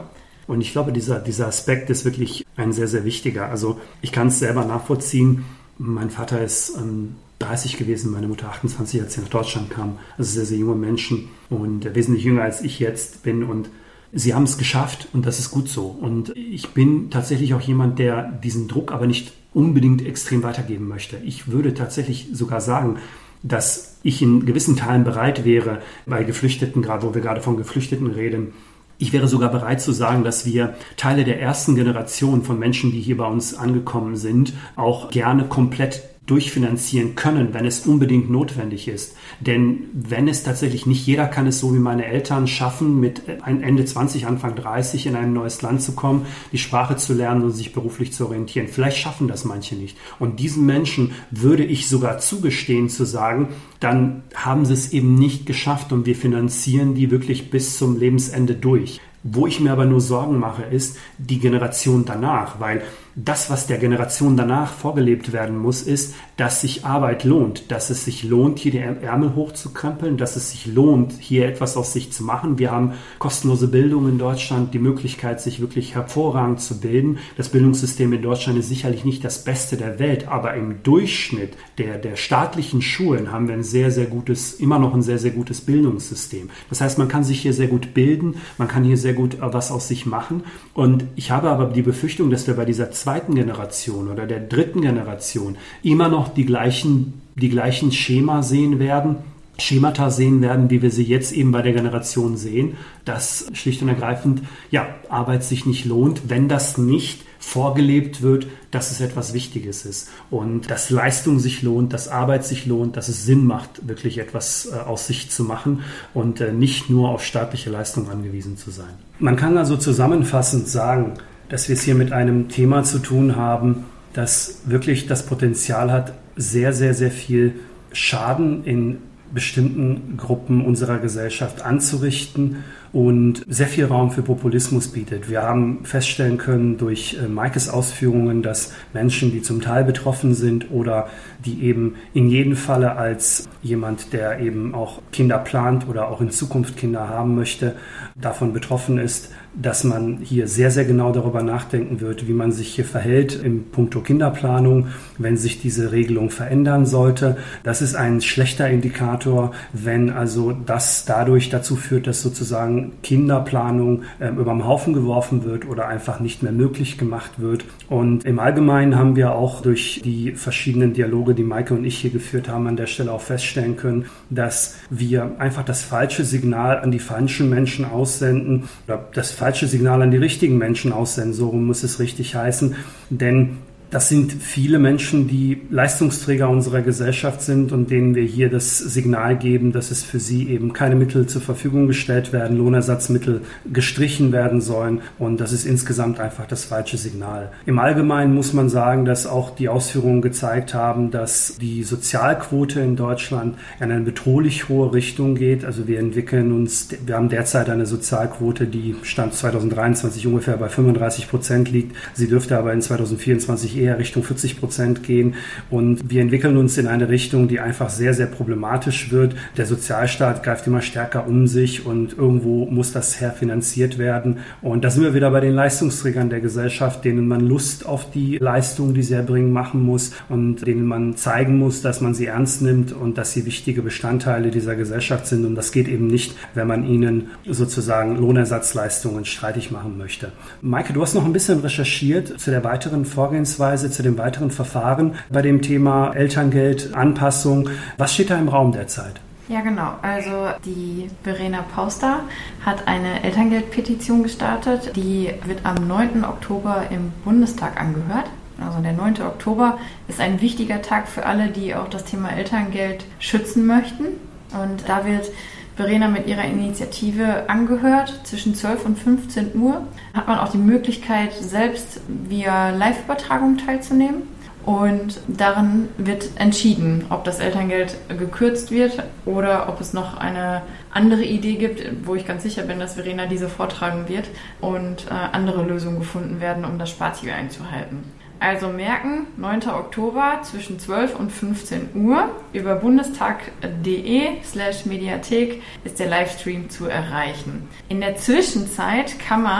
Und ich glaube, dieser, dieser Aspekt ist wirklich ein sehr, sehr wichtiger. Also ich kann es selber nachvollziehen. Mein Vater ist ähm, dreißig gewesen, meine Mutter achtundzwanzig, als sie nach Deutschland kam. Also sehr, sehr junge Menschen und äh, wesentlich jünger als ich jetzt bin. Und sie haben es geschafft und das ist gut so. Und ich bin tatsächlich auch jemand, der diesen Druck aber nicht unbedingt extrem weitergeben möchte. Ich würde tatsächlich sogar sagen, dass ich in gewissen Teilen bereit wäre, bei Geflüchteten, gerade wo wir gerade von Geflüchteten reden, ich wäre sogar bereit zu sagen, dass wir Teile der ersten Generation von Menschen, die hier bei uns angekommen sind, auch gerne komplett durchfinanzieren können, wenn es unbedingt notwendig ist. Denn wenn es tatsächlich nicht jeder kann es so wie meine Eltern schaffen, mit Ende zwanzig, Anfang dreißig in ein neues Land zu kommen, die Sprache zu lernen und sich beruflich zu orientieren. Vielleicht schaffen das manche nicht. Und diesen Menschen würde ich sogar zugestehen zu sagen, dann haben sie es eben nicht geschafft und wir finanzieren die wirklich bis zum Lebensende durch. Wo ich mir aber nur Sorgen mache, ist die Generation danach, weil das, was der Generation danach vorgelebt werden muss, ist, dass sich Arbeit lohnt, dass es sich lohnt, hier die Ärmel hochzukrempeln, dass es sich lohnt, hier etwas aus sich zu machen. Wir haben kostenlose Bildung in Deutschland, die Möglichkeit, sich wirklich hervorragend zu bilden. Das Bildungssystem in Deutschland ist sicherlich nicht das Beste der Welt, aber im Durchschnitt der, der staatlichen Schulen haben wir ein sehr, sehr gutes, immer noch ein sehr, sehr gutes Bildungssystem. Das heißt, man kann sich hier sehr gut bilden, man kann hier sehr gut was aus sich machen. Und ich habe aber die Befürchtung, dass wir bei dieser zweiten Generation oder der dritten Generation immer noch die gleichen, die gleichen Schema sehen werden, Schemata sehen werden, wie wir sie jetzt eben bei der Generation sehen, dass schlicht und ergreifend ja, Arbeit sich nicht lohnt, wenn das nicht vorgelebt wird, dass es etwas Wichtiges ist und dass Leistung sich lohnt, dass Arbeit sich lohnt, dass es Sinn macht, wirklich etwas äh, aus sich zu machen und äh, nicht nur auf staatliche Leistung angewiesen zu sein. Man kann also zusammenfassend sagen, dass wir es hier mit einem Thema zu tun haben, das wirklich das Potenzial hat, sehr, sehr, sehr viel Schaden in bestimmten Gruppen unserer Gesellschaft anzurichten und sehr viel Raum für Populismus bietet. Wir haben feststellen können durch äh, Maikes Ausführungen, dass Menschen, die zum Teil betroffen sind oder die eben in jedem Falle als jemand, der eben auch Kinder plant oder auch in Zukunft Kinder haben möchte, davon betroffen ist, dass man hier sehr, sehr genau darüber nachdenken wird, wie man sich hier verhält im Puncto Kinderplanung, wenn sich diese Regelung verändern sollte. Das ist ein schlechter Indikator, wenn also das dadurch dazu führt, dass sozusagen Kinderplanung äh, über den Haufen geworfen wird oder einfach nicht mehr möglich gemacht wird. Und im Allgemeinen haben wir auch durch die verschiedenen Dialoge, die Maike und ich hier geführt haben, an der Stelle auch feststellen können, dass wir einfach das falsche Signal an die falschen Menschen aussenden oder das falsche Signal an die richtigen Menschen aussenden, so muss es richtig heißen, denn das sind viele Menschen, die Leistungsträger unserer Gesellschaft sind und denen wir hier das Signal geben, dass es für sie eben keine Mittel zur Verfügung gestellt werden, Lohnersatzmittel gestrichen werden sollen und das ist insgesamt einfach das falsche Signal. Im Allgemeinen muss man sagen, dass auch die Ausführungen gezeigt haben, dass die Sozialquote in Deutschland in eine bedrohlich hohe Richtung geht. Also wir entwickeln uns, wir haben derzeit eine Sozialquote, die Stand zweitausenddreiundzwanzig ungefähr bei fünfunddreißig Prozent liegt. Sie dürfte aber in zweitausendvierundzwanzig eher Richtung vierzig Prozent gehen und wir entwickeln uns in eine Richtung, die einfach sehr, sehr problematisch wird. Der Sozialstaat greift immer stärker um sich und irgendwo muss das herfinanziert werden und da sind wir wieder bei den Leistungsträgern der Gesellschaft, denen man Lust auf die Leistung, die sie erbringen, machen muss und denen man zeigen muss, dass man sie ernst nimmt und dass sie wichtige Bestandteile dieser Gesellschaft sind und das geht eben nicht, wenn man ihnen sozusagen Lohnersatzleistungen streitig machen möchte. Maike, du hast noch ein bisschen recherchiert zu der weiteren Vorgehensweise, zu dem weiteren Verfahren bei dem Thema Elterngeld, Anpassung. Was steht da im Raum derzeit? Ja, genau. Also die Verena Pauster hat eine Elterngeldpetition gestartet. Die wird am neunten Oktober im Bundestag angehört. Also der neunte Oktober ist ein wichtiger Tag für alle, die auch das Thema Elterngeld schützen möchten. Und da wird Verena mit ihrer Initiative angehört. Zwischen zwölf und fünfzehn Uhr hat man auch die Möglichkeit, selbst via Live-Übertragung teilzunehmen. Und darin wird entschieden, ob das Elterngeld gekürzt wird oder ob es noch eine andere Idee gibt, wo ich ganz sicher bin, dass Verena diese vortragen wird und äh, andere Lösungen gefunden werden, um das Sparziel einzuhalten. Also merken, neunten Oktober zwischen zwölf und fünfzehn Uhr über bundestag.de slash Mediathek ist der Livestream zu erreichen. In der Zwischenzeit kann man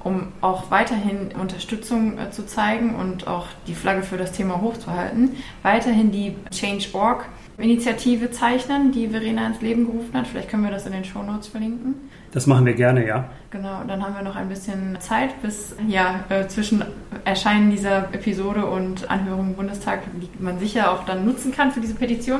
um auch weiterhin Unterstützung äh, zu zeigen und auch die Flagge für das Thema hochzuhalten, weiterhin die Change Punkt org Initiative zeichnen, die Verena ins Leben gerufen hat. Vielleicht können wir das in den Shownotes verlinken. Das machen wir gerne, ja. Genau, dann haben wir noch ein bisschen Zeit bis ja, äh, zwischen Erscheinen dieser Episode und Anhörung im Bundestag, die man sicher auch dann nutzen kann für diese Petition.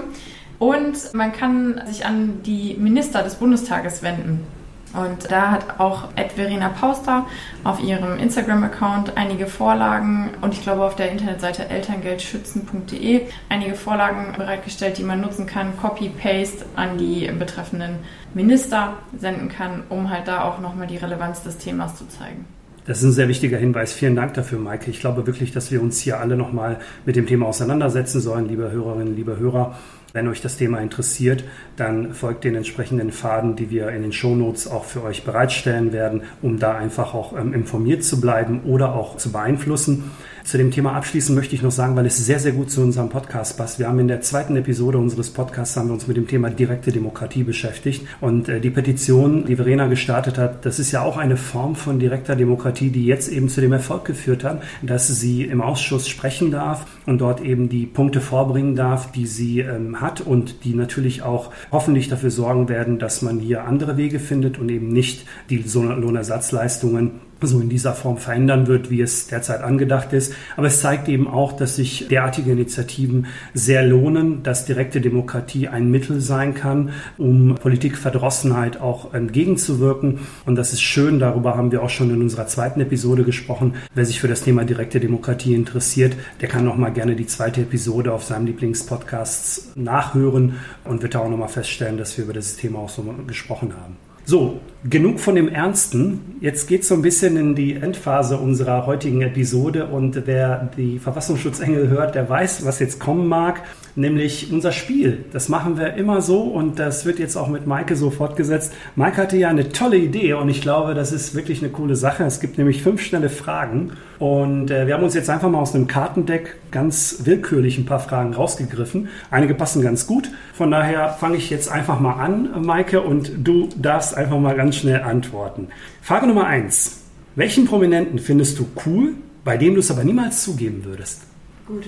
Und man kann sich an die Minister des Bundestages wenden. Und da hat auch Verena Pauster auf ihrem Instagram-Account einige Vorlagen und ich glaube auf der Internetseite elterngeldschützen punkt de einige Vorlagen bereitgestellt, die man nutzen kann, Copy-Paste an die betreffenden Minister senden kann, um halt da auch nochmal die Relevanz des Themas zu zeigen. Das ist ein sehr wichtiger Hinweis. Vielen Dank dafür, Maike. Ich glaube wirklich, dass wir uns hier alle nochmal mit dem Thema auseinandersetzen sollen, liebe Hörerinnen, liebe Hörer. Wenn euch das Thema interessiert, dann folgt den entsprechenden Pfaden, die wir in den Shownotes auch für euch bereitstellen werden, um da einfach auch ähm, informiert zu bleiben oder auch zu beeinflussen. Zu dem Thema abschließend möchte ich noch sagen, weil es sehr, sehr gut zu unserem Podcast passt. Wir haben in der zweiten Episode unseres Podcasts haben wir uns mit dem Thema direkte Demokratie beschäftigt. Und äh, die Petition, die Verena gestartet hat, das ist ja auch eine Form von direkter Demokratie, die jetzt eben zu dem Erfolg geführt hat, dass sie im Ausschuss sprechen darf und dort eben die Punkte vorbringen darf, die sie ähm, hat und die natürlich auch hoffentlich dafür sorgen werden, dass man hier andere Wege findet und eben nicht die Lohnersatzleistungen so in dieser Form verändern wird, wie es derzeit angedacht ist. Aber es zeigt eben auch, dass sich derartige Initiativen sehr lohnen, dass direkte Demokratie ein Mittel sein kann, um Politikverdrossenheit auch entgegenzuwirken. Und das ist schön, darüber haben wir auch schon in unserer zweiten Episode gesprochen. Wer sich für das Thema direkte Demokratie interessiert, der kann noch mal gerne die zweite Episode auf seinem Lieblingspodcast nachhören und wird da auch noch mal feststellen, dass wir über dieses Thema auch so gesprochen haben. So, genug von dem Ernsten. Jetzt geht es so ein bisschen in die Endphase unserer heutigen Episode und wer die Verfassungsschutzengel hört, der weiß, was jetzt kommen mag, nämlich unser Spiel. Das machen wir immer so und das wird jetzt auch mit Maike so fortgesetzt. Maike hatte ja eine tolle Idee und ich glaube, das ist wirklich eine coole Sache. Es gibt nämlich fünf schnelle Fragen und äh, wir haben uns jetzt einfach mal aus einem Kartendeck ganz willkürlich ein paar Fragen rausgegriffen. Einige passen ganz gut. Von daher fange ich jetzt einfach mal an, Maike, und du darfst einfach mal ganz schnell antworten. Frage Nummer eins. Welchen Prominenten findest du cool, bei dem du es aber niemals zugeben würdest? Gute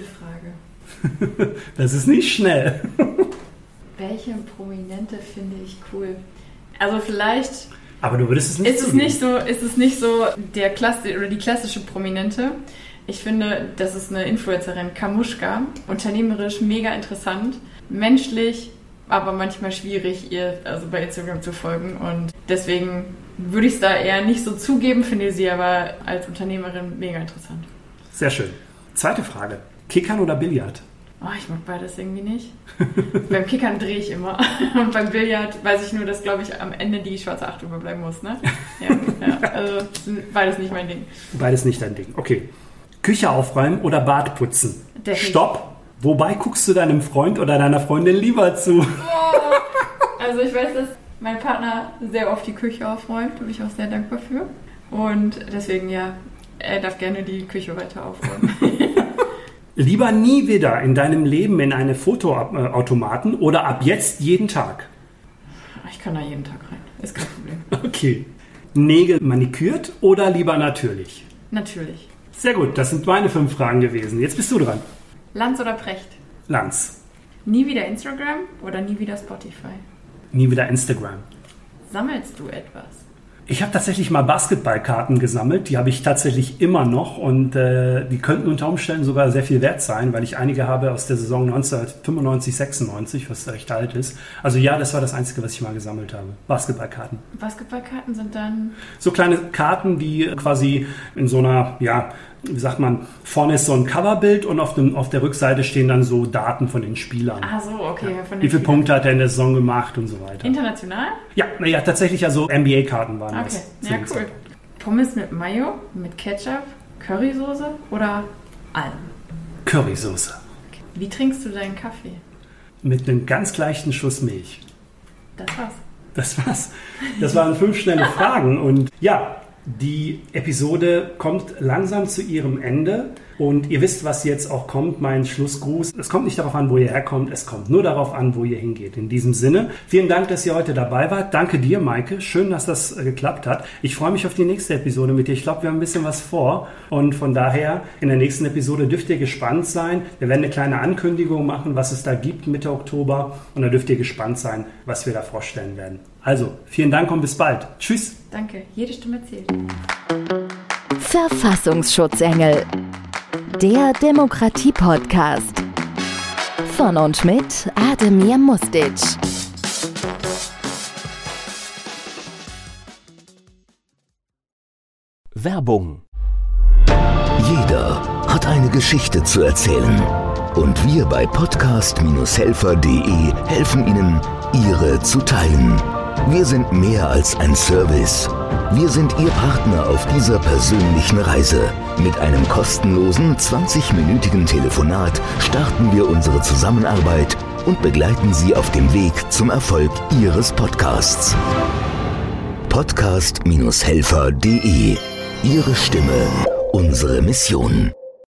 Frage. Das ist nicht schnell. Welche Prominente finde ich cool? Also vielleicht... Aber du würdest es nicht ist es nicht so, ist es nicht so der Klasse, oder die klassische Prominente. Ich finde, das ist eine Influencerin, Kamuschka, unternehmerisch mega interessant, menschlich, aber manchmal schwierig, ihr also bei Instagram zu folgen. Und deswegen würde ich es da eher nicht so zugeben, finde sie aber als Unternehmerin mega interessant. Sehr schön. Zweite Frage. Kickern oder Billard? Oh, ich mag beides irgendwie nicht. Beim Kickern drehe ich immer. Und beim Billard weiß ich nur, dass, glaube ich, am Ende die schwarze acht überbleiben muss. Ne? Ja, ja, also beides nicht mein Ding. Beides nicht dein Ding. Okay. Küche aufräumen oder Bad putzen? Definitiv. Stopp. Wobei guckst du deinem Freund oder deiner Freundin lieber zu? Oh, also ich weiß, dass mein Partner sehr oft die Küche aufräumt. Da bin ich auch sehr dankbar für. Und deswegen, ja, er darf gerne die Küche weiter aufräumen. Lieber nie wieder in deinem Leben in eine Fotoautomaten oder ab jetzt jeden Tag? Ich kann da jeden Tag rein. Ist kein Problem. Okay. Nägel manikürt oder lieber natürlich? Natürlich. Sehr gut, das sind meine fünf Fragen gewesen. Jetzt bist du dran. Lanz oder Precht? Lanz. Nie wieder Instagram oder nie wieder Spotify? Nie wieder Instagram. Sammelst du etwas? Ich habe tatsächlich mal Basketballkarten gesammelt, die habe ich tatsächlich immer noch und äh, die könnten unter Umständen sogar sehr viel wert sein, weil ich einige habe aus der Saison neunzehnhundertfünfundneunzig sechsundneunzig, was recht alt ist. Also ja, das war das Einzige, was ich mal gesammelt habe. Basketballkarten. Basketballkarten sind dann... So kleine Karten, die quasi in so einer, ja, wie sagt man, vorne ist so ein Coverbild und auf, dem, auf der Rückseite stehen dann so Daten von den Spielern. Ah so, okay. Ja. Von den Wie viele Spielern. Punkte hat er in der Saison gemacht und so weiter. International? Ja, naja, tatsächlich also N B A-Karten waren Okay, das. ja cool. Pommes mit Mayo, mit Ketchup, Currysoße oder allem? Currysoße. Okay. Wie trinkst du deinen Kaffee? Mit einem ganz leichten Schuss Milch. Das war's. Das war's. Das waren fünf schnelle Fragen und ja, Die Episode kommt langsam zu ihrem Ende und ihr wisst, was jetzt auch kommt, mein Schlussgruß. Es kommt nicht darauf an, wo ihr herkommt, es kommt nur darauf an, wo ihr hingeht. In diesem Sinne, vielen Dank, dass ihr heute dabei wart. Danke dir, Maike. Schön, dass das äh, geklappt hat. Ich freue mich auf die nächste Episode mit dir. Ich glaube, wir haben ein bisschen was vor und von daher, in der nächsten Episode dürft ihr gespannt sein. Wir werden eine kleine Ankündigung machen, was es da gibt Mitte Oktober und da dürft ihr gespannt sein, was wir da vorstellen werden. Also, vielen Dank und bis bald. Tschüss. Danke, jede Stimme zählt. Verfassungsschutzengel, der Demokratie-Podcast. Von und mit Ademir Mustic. Werbung. Jeder hat eine Geschichte zu erzählen. Und wir bei podcast Helfer punkt de helfen Ihnen, Ihre zu teilen. Wir sind mehr als ein Service. Wir sind Ihr Partner auf dieser persönlichen Reise. Mit einem kostenlosen zwanzig-minütigen Telefonat starten wir unsere Zusammenarbeit und begleiten Sie auf dem Weg zum Erfolg Ihres Podcasts. podcast Helfer punkt de. Ihre Stimme, unsere Mission.